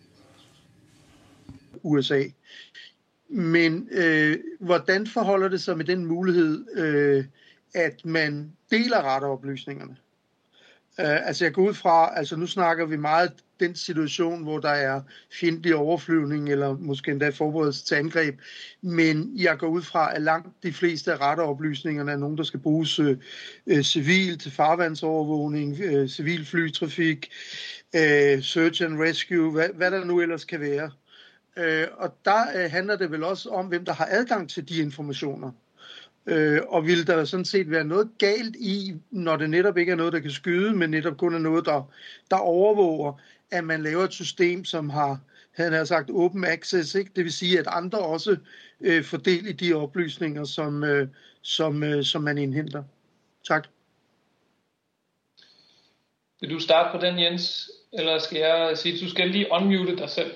Speaker 8: U S A. Men øh, hvordan forholder det sig med den mulighed, øh, at man deler radaroplysningerne? Uh, altså jeg går ud fra, altså nu snakker vi meget den situation, hvor der er fjendtlig overflyvning, eller måske endda forberedelse til angreb, men jeg går ud fra, at langt de fleste af radaroplysningerne er nogen, der skal bruges uh, uh, civil til farvandsovervågning, uh, civil flytrafik, uh, search and rescue, hvad, hvad der nu ellers kan være. Uh, og der uh, handler det vel også om, hvem der har adgang til de informationer. Øh, og vil der sådan set være noget galt i, når det netop ikke er noget, der kan skyde, men netop kun er noget, der, der overvåger, at man laver et system, som har, han har sagt, open access, ikke? Det vil sige, at andre også øh, får del i de oplysninger, som, øh, som, øh, som man indhenter. Tak.
Speaker 3: Vil du starte på den, Jens? Eller skal jeg sige, at du skal lige unmute dig selv?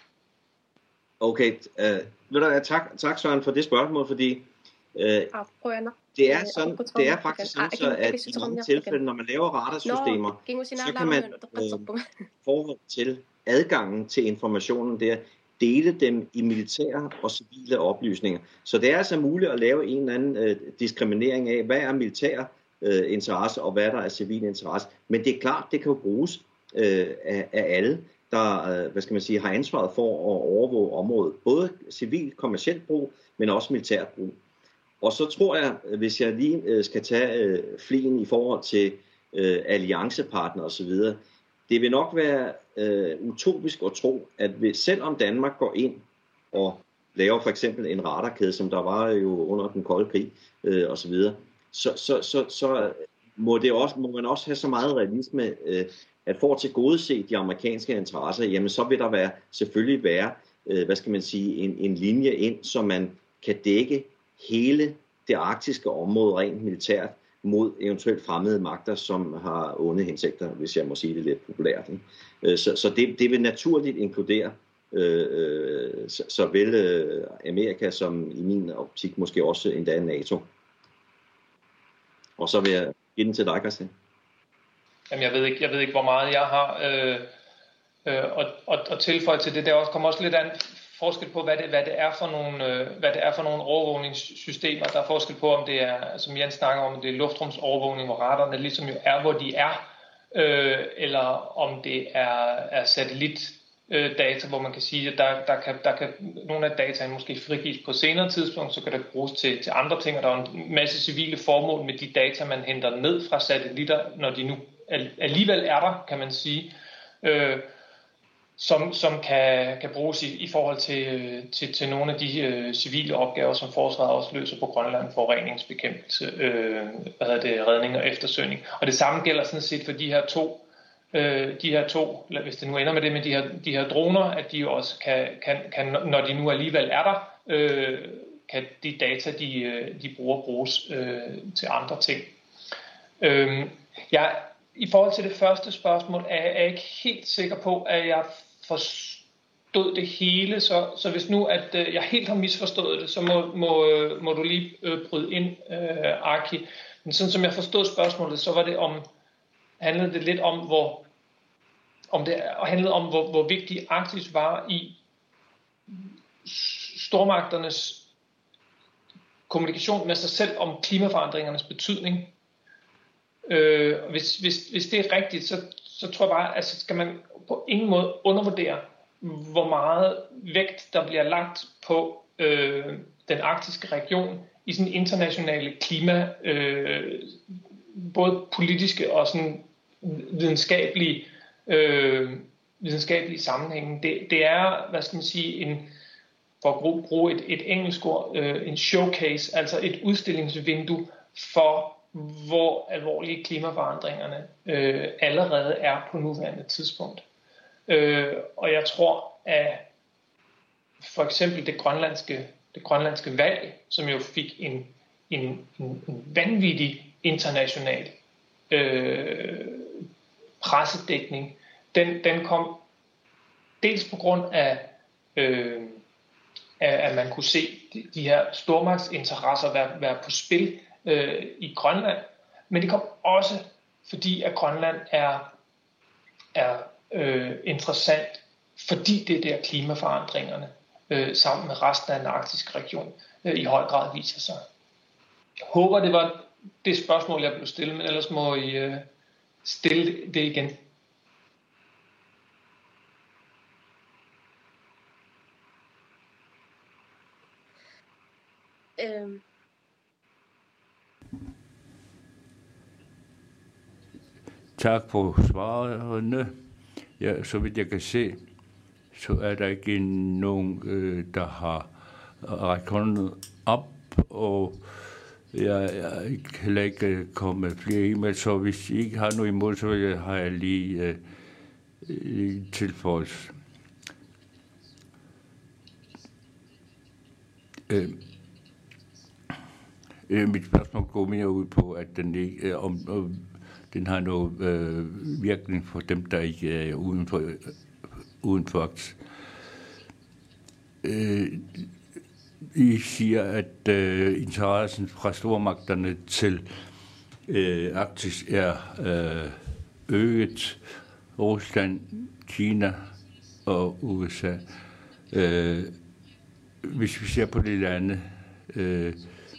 Speaker 7: Okay, øh, ved du, tak, tak Søren for det spørgsmål, fordi Uh, det er sådan, det er faktisk sådan, så at i mange tilfælde, når man laver radarsystemer, så kan man uh, forhold til adgangen til informationen der, dele dem i militære og civile oplysninger. Så det er altså muligt at lave en eller anden uh, diskriminering af, hvad er militær uh, interesse og hvad der er civil interesse. Men det er klart, det kan jo bruges uh, af, af alle, der uh, hvad skal man sige, har ansvaret for at overvåge området. Både civil, kommercielt brug, men også militært brug. Og så tror jeg, hvis jeg lige øh, skal tage øh, flien i forhold til øh, alliancepartner osv., det vil nok være øh, utopisk at tro, at hvis, selvom Danmark går ind og laver for eksempel en radarkæde, som der var jo under den kolde krig øh, osv., så, så, så, så må, det også, må man også have så meget realisme, øh, at for at tilgodese de amerikanske interesser, jamen så vil der være, selvfølgelig være, øh, hvad skal man sige, en, en linje ind, så man kan dække hele det arktiske område rent militært mod eventuelt fremmede magter, som har onde hensigter, hvis jeg må sige det lidt populært. Ikke? Så, så det, det vil naturligt inkludere øh, så, såvel øh, Amerika som i min optik måske også endda NATO. Og så vil jeg give den til dig, Christian.
Speaker 3: Jamen jeg ved ikke, jeg ved ikke hvor meget jeg har øh, øh, og, og, og tilføje til det. Der også kommer også lidt an forskel på, hvad det, hvad det er for nogle, øh, hvad det er for nogle overvågningssystemer. Der er forskel på, om det er, som Jens snakker om, det er luftrumsovervågning, hvor radarerne ligesom jo er, hvor de er, øh, eller om det er, er satellitdata, hvor man kan sige, at der, der, kan, der kan nogle af dataen måske frigives på senere tidspunkt, så kan det bruges til, til andre ting, og der er en masse civile formål med de data, man henter ned fra satellitter, når de nu alligevel er der, kan man sige. Øh, som, som kan, kan bruges i, i forhold til, til, til nogle af de øh, civile opgaver, som forsvaret også løser på Grønland, forureningsbekæmpelse, øh, hvad hedder det, redning og eftersøgning. Og det samme gælder sådan set for de her to, øh, de her to, hvis det nu ender med det med de her, de her droner, at de også kan, kan, kan, når de nu alligevel er der, øh, kan de data, de, de bruger, bruges øh, til andre ting. Øh, jeg I forhold til det første spørgsmål er jeg ikke helt sikker på, at jeg forstod det hele, så, så hvis nu at øh, jeg helt har misforstået det, så må, må, øh, må du lige øh, bryde ind, øh, Aki. Men sådan som jeg forstod spørgsmålet, så var det om, handlede det lidt om, hvor, om det handlede om, hvor, hvor vigtig Arktis var i stormagternes kommunikation med sig selv om klimaforandringernes betydning. Øh, hvis, hvis, hvis det er rigtigt, så, så tror jeg bare, at altså, skal man på ingen måde undervurdere, hvor meget vægt der bliver lagt på øh, den arktiske region i sådan internationale klima, øh, både politiske og sådan videnskabelige, øh, videnskabelige sammenhænge. Det, det er, hvad skal man sige, en, for at bruge et, et engelsk ord, øh, en showcase, altså et udstillingsvindue for, hvor alvorlige klimaforandringerne øh, allerede er på nuværende tidspunkt. Øh, og jeg tror, at for eksempel det grønlandske, det grønlandske valg, som jo fik en, en, en, en vanvittig international øh, pressedækning, den, den kom dels på grund af, øh, af at man kunne se de, de her stormagtsinteresser være, være på spil øh, i Grønland, men det kom også fordi, at Grønland er, er øh, interessant, fordi det er der klimaforandringerne øh, sammen med resten af den arktiske region øh, i høj grad viser sig. Jeg håber, det var det spørgsmål, jeg blev stillet, men ellers må I øh, stille det igen.
Speaker 6: Øhm.
Speaker 1: Tak for svarene. Ja, så vidt jeg kan se, så er der ikke nogen, øh, der har rækket hånden op, og jeg er heller ikke kommet flere e-mails, så hvis I ikke har noget imod, så har jeg lige øh, tilføjet. Øh, øh, mit spørgsmål går mere ud på, at den ikke, øh, om, øh, den har noget øh, virkning for dem, der ikke er uden for, øh, uden for Arktis. Øh, I siger, at øh, interessen fra stormagterne til øh, Arktis er øh, øget. Rusland, Kina og U S A. Øh, hvis vi ser på det lande, øh,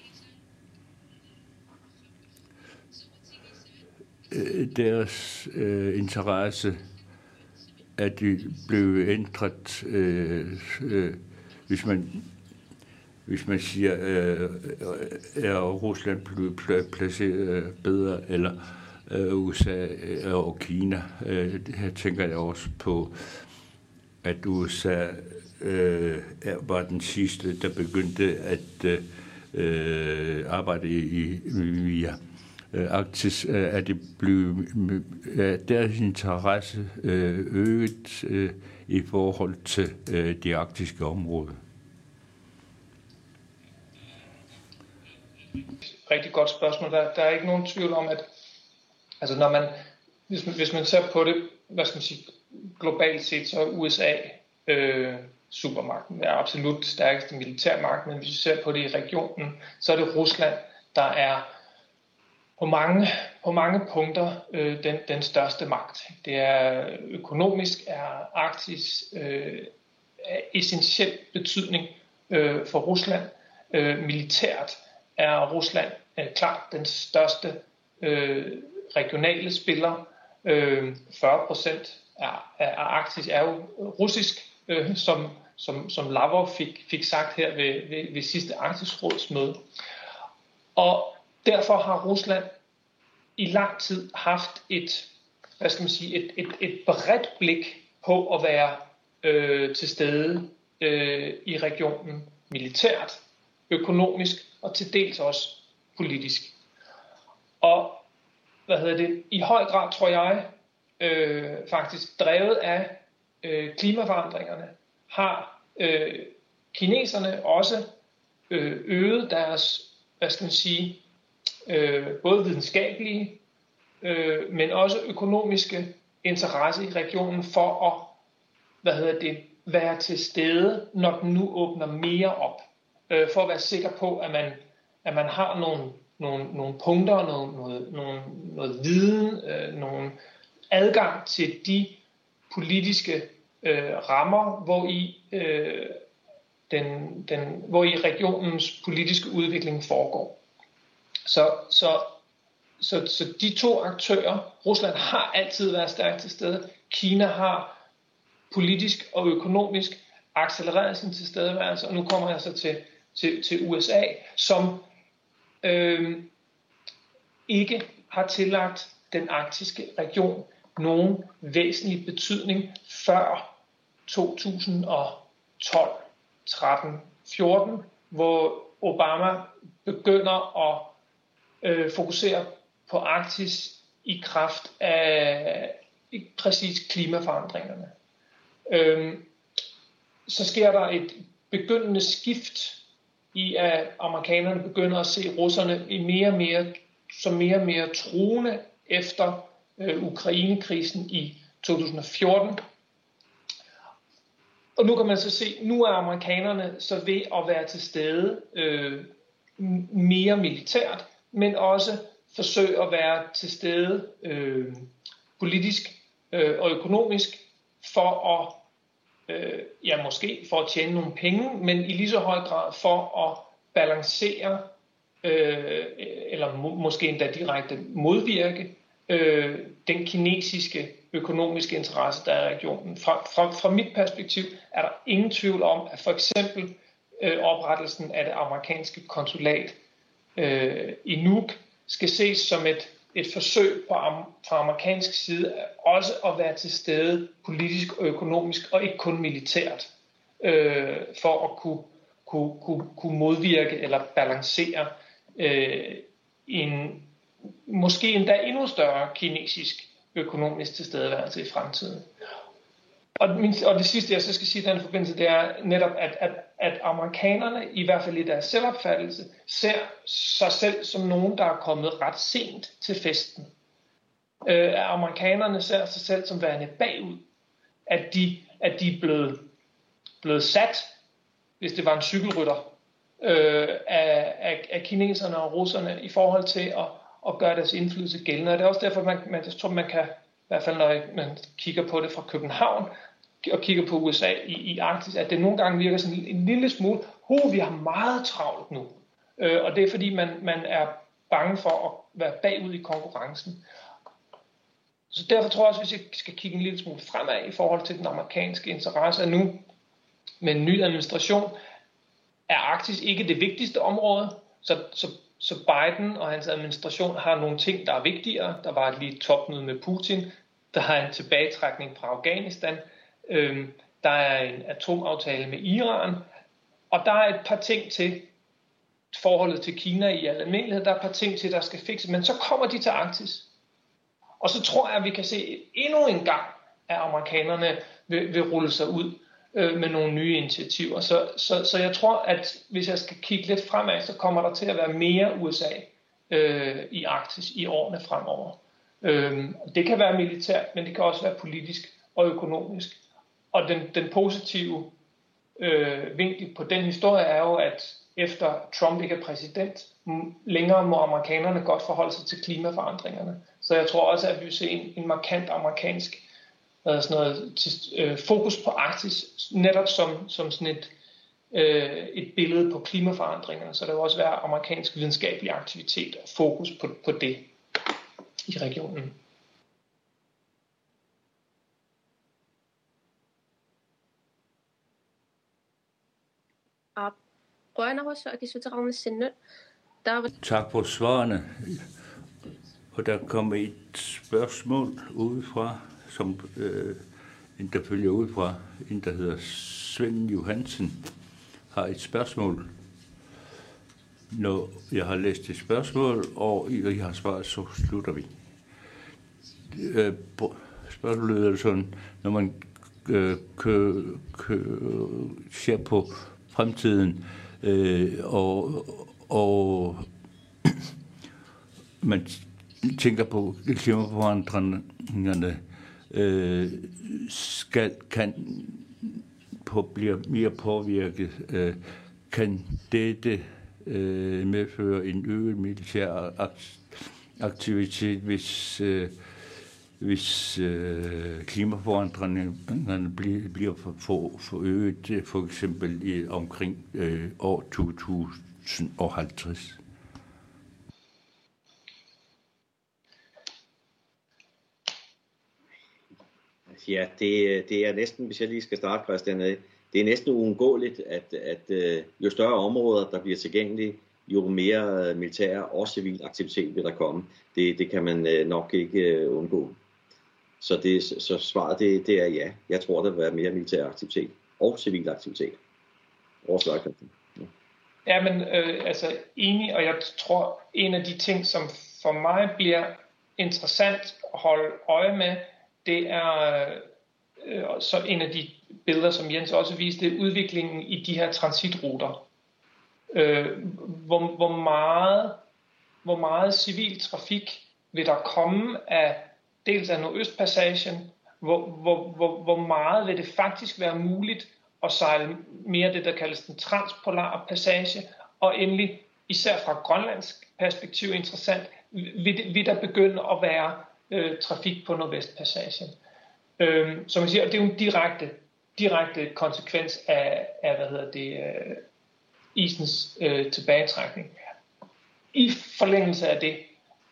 Speaker 1: deres øh, interesse, at de blev ændret, øh, øh, hvis man hvis man siger, øh, er Rusland blevet placeret bedre, eller øh, U S A og Kina. Øh, her tænker jeg også på, at U S A øh, var den sidste, der begyndte at øh, arbejde i via Arktis. Er det blevet, er deres interesse øh, øget øh, i forhold til øh, det arktiske område?
Speaker 3: Rigtig godt spørgsmål. Der, der er ikke nogen tvivl om, at altså når man, hvis, man, hvis man ser på det, hvad skal man sige, globalt set, så er U S A øh, supermagten. Det er absolut stærkeste militærmagt, men hvis vi ser på det i regionen, så er det Rusland, der er på mange, på mange punkter øh, den, den største magt. Det er økonomisk, er Arktis øh, af essentiel betydning øh, for Rusland. Øh, militært er Rusland øh, klart den største øh, regionale spiller. Øh, fyrre procent af, af Arktis er jo russisk, øh, som, som, som Lavrov fik, fik sagt her ved, ved, ved sidste Arktisk Rådsmøde. Og derfor har Rusland i lang tid haft et, hvad skal man sige, et, et, et bredt blik på at være øh, til stede øh, i regionen militært, økonomisk og til dels også politisk. Og hvad hedder det? I høj grad, tror jeg, øh, faktisk drevet af øh, klimaforandringerne, har øh, kineserne også øh, øget deres, hvad skal man sige, øh, både videnskabelige, øh, men også økonomiske interesse i regionen for at, hvad hedder det, være til stede, når den nu åbner mere op, øh, for at være sikker på, at man, at man har nogle, nogle, nogle punkter, noget, noget, noget, noget viden, øh, nogle adgang til de politiske øh, rammer, hvor i øh, den, den, hvor i regionens politiske udvikling foregår. Så, så, så, så de to aktører, Rusland har altid været stærkt til stede, Kina har politisk og økonomisk accelereret sin tilstedeværelse, og nu kommer jeg så til, til, til U S A, som øh, ikke har tillagt den arktiske region nogen væsentlig betydning før to tusind og tolv, tretten, fjorten, hvor Obama begynder at øh, fokusere på Arktis i kraft af præcis klimaforandringerne. Øhm, så sker der et begyndende skift i, at amerikanerne begynder at se russerne i mere og mere, som mere og mere truende efter øh, Ukraine-krisen i to tusind og fjorten. Og nu kan man så se, nu er amerikanerne så ved at være til stede øh, mere militært, men også forsøge at være til stede øh, politisk øh, og økonomisk for at, øh, ja måske for at tjene nogle penge, men i lige så høj grad for at balancere, øh, eller må, måske endda direkte modvirke øh, den kinesiske økonomiske interesse, der er i regionen. Fra, fra, fra mit perspektiv er der ingen tvivl om, at for eksempel øh, oprettelsen af det amerikanske konsulat øh, i Nuuk skal ses som et, et forsøg på, fra amerikansk side også at være til stede politisk og økonomisk, og ikke kun militært, øh, for at kunne, kunne, kunne, kunne modvirke eller balancere øh, en måske endda endnu større kinesisk økonomisk tilstedeværelse i fremtiden. Og, min, og det sidste, jeg så skal sige i den forbindelse, det er netop, at, at, at amerikanerne, i hvert fald i deres selvopfattelse, ser sig selv som nogen, der er kommet ret sent til festen. Øh, amerikanerne ser sig selv som værende bagud. At de, at de er blevet, blevet sat, hvis det var en cykelrytter, øh, af, af, af kineserne og russerne i forhold til at, at gøre deres indflydelse gældende. Og det er også derfor, man, man, jeg tror, man kan, i hvert fald når man kigger på det fra København, og kigger på U S A i, i Arktis, at det nogle gange virker sådan en lille smule, huh, vi har meget travlt nu. Øh, og det er fordi, man, man er bange for at være bagud i konkurrencen. Så derfor tror jeg også, hvis jeg skal kigge en lille smule fremad i forhold til den amerikanske interesse, at nu med en ny administration, er Arktis ikke det vigtigste område, så, så, så Biden og hans administration har nogle ting, der er vigtigere. Der var et lige topmøde med Putin, der har en tilbagetrækning fra Afghanistan, øhm, der er en atomaftale med Iran, og der er et par ting til forholdet til Kina i almindelighed, der er et par ting til, der skal fikse, men så kommer de til Arktis. Og så tror jeg, at vi kan se endnu en gang, at amerikanerne vil, vil rulle sig ud øh, med nogle nye initiativer. Så, så, så jeg tror, at hvis jeg skal kigge lidt fremad, så kommer der til at være mere U S A øh, i Arktis i årene fremover. Øh, det kan være militært, men det kan også være politisk og økonomisk. Og den, den positive øh, vinkel på den historie er jo, at efter Trump ikke er præsident, længere må amerikanerne godt forholde sig til klimaforandringerne. Så jeg tror også, at vi vil se en, en markant amerikansk sådan noget, til, øh, fokus på Arktis, netop som, som sådan et, øh, et billede på klimaforandringerne. Så der vil også være amerikansk videnskabelig aktivitet og fokus på, på det i regionen.
Speaker 1: Tak for svarene. Og der kommer et spørgsmål udefra, som øh, en der følger udefra, en der hedder Svend Johansen, har et spørgsmål. Når jeg har læst et spørgsmål, og I har svaret, så slutter vi. Øh, spørgsmålet lyder sådan, når man øh, kø, kø, ser på fremtiden, øh, og, og man tænker på klimaforandringerne, øh, skal, kan på, bliver mere påvirket. Øh, kan dette øh, medføre en øget militær aktivitet, hvis, øh, hvis øh, klimaforandringerne bliver, bliver for, for, forøget, for eksempel i omkring øh, år to tusind og halvtreds?
Speaker 7: Ja, det, det er næsten, hvis jeg lige skal starte, Christian, det er næsten uundgåeligt, at, at jo større områder, der bliver tilgængelige, jo mere militær og civil aktivitet vil der komme. Det, det kan man nok ikke undgå. Så, det, så svaret det, det er ja. Jeg tror, der vil være mere militær aktivitet og civil aktivitet. Overslag, Christian. Ja.
Speaker 3: Ja, men øh, altså enig, og jeg tror, en af de ting, som for mig bliver interessant at holde øje med, det er øh, så en af de billeder, som Jens også viste, det er udviklingen i de her transitruter. Øh, hvor, hvor, meget, hvor meget civil trafik vil der komme af dels af Nordøstpassagen, hvor, hvor, hvor, hvor meget vil det faktisk være muligt at sejle mere det, der kaldes den transpolare passage, og endelig, især fra grønlandsk perspektiv interessant, vil, vil der begynde at være øh, trafik på Nordvestpassagen. Øh, som jeg siger, det er jo en direkte, direkte konsekvens af, af hvad hedder det, øh, isens øh, tilbagetrækning. I forlængelse af det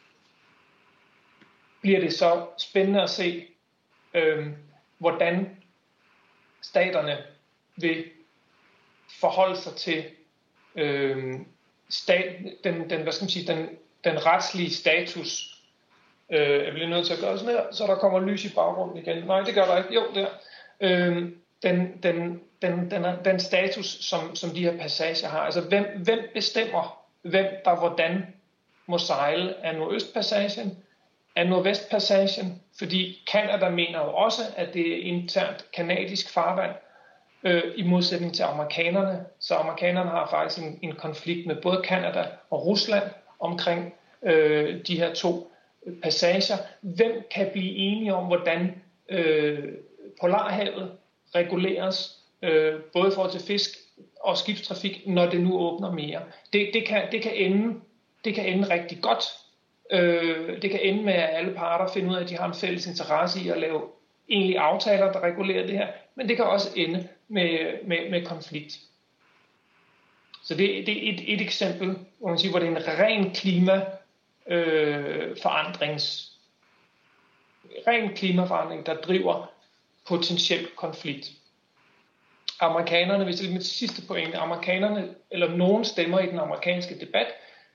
Speaker 3: bliver det så spændende at se, øh, hvordan staterne vil forholde sig til øh, stat, den, den, hvad skal man sige, den, den retslige status. Øh, jeg bliver nødt til at gøre sådan her, så der kommer lys i baggrunden igen. Nej, det gør der ikke. Jo, der. Øh, den, den, den, den, den status, som, som de her passager har. Altså, hvem, hvem bestemmer, hvem der hvordan må sejle af Nordøstpassagen, af Nordvestpassagen, fordi Canada mener jo også, at det er internt kanadisk farvand, øh, i modsætning til amerikanerne. Så amerikanerne har faktisk en, en konflikt med både Canada og Rusland omkring øh, de her to passager. Hvem kan blive enige om, hvordan øh, Polarhavet reguleres, øh, både i forhold til fisk og skibstrafik, når det nu åbner mere? Det, det, kan, det, kan, ende, det kan ende rigtig godt. Øh, det kan ende med, at alle parter finder ud af, at de har en fælles interesse i at lave egentlige aftaler, der regulerer det her, men det kan også ende med, med, med konflikt. Så det, det er et, et eksempel, hvor man siger, hvor det er en ren klima øh, forandrings, ren klimaforandring, der driver potentiel konflikt. Amerikanerne, hvis det er mit sidste pointe, amerikanerne, eller nogen stemmer i den amerikanske debat,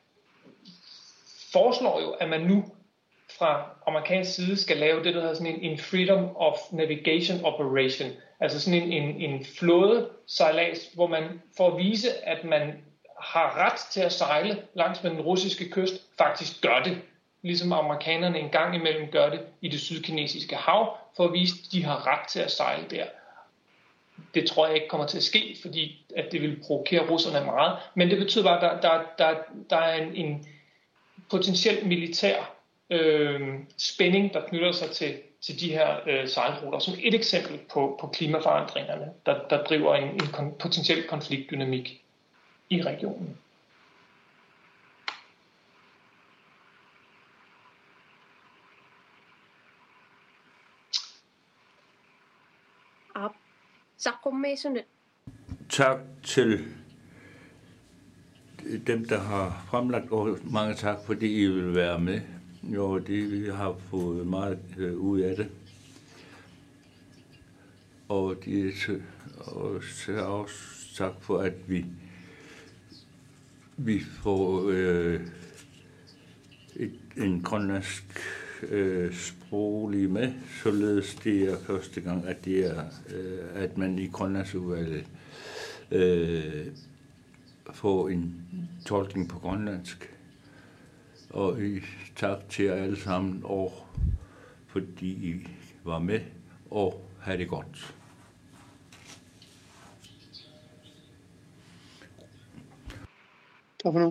Speaker 3: foreslår jo, at man nu fra amerikansk side skal lave det, der hedder sådan en, en Freedom of Navigation Operation, altså sådan en, en, en flådesejlads, hvor man for at vise, at man har ret til at sejle langs med den russiske kyst, faktisk gør det, ligesom amerikanerne en gang imellem gør det i det sydkinesiske hav, for at vise, at de har ret til at sejle der. Det tror jeg ikke kommer til at ske, fordi at det vil provokere russerne meget, men det betyder bare, at der, der, der, der er en, en potentiel militær øh, spænding, der knytter sig til, til de her øh, sejlruter, som et eksempel på, på klimaforandringerne, der, der driver en, en kon- potentiel konfliktdynamik i regionen.
Speaker 1: Tak til dem, der har fremlagt, og mange tak, fordi I vil være med. Jo, det, vi har fået meget øh, ud af det. Og, de, og så også tak for, at vi, vi får øh, et, en grønlandsk øh, sproglig med, således det er første gang, at, det er, øh, at man i Grønlandsudvalget øh, få en tolkning på grønlandsk. Og I, tak til jer alle sammen, og fordi I var med, og have det godt.
Speaker 8: Tak for nu.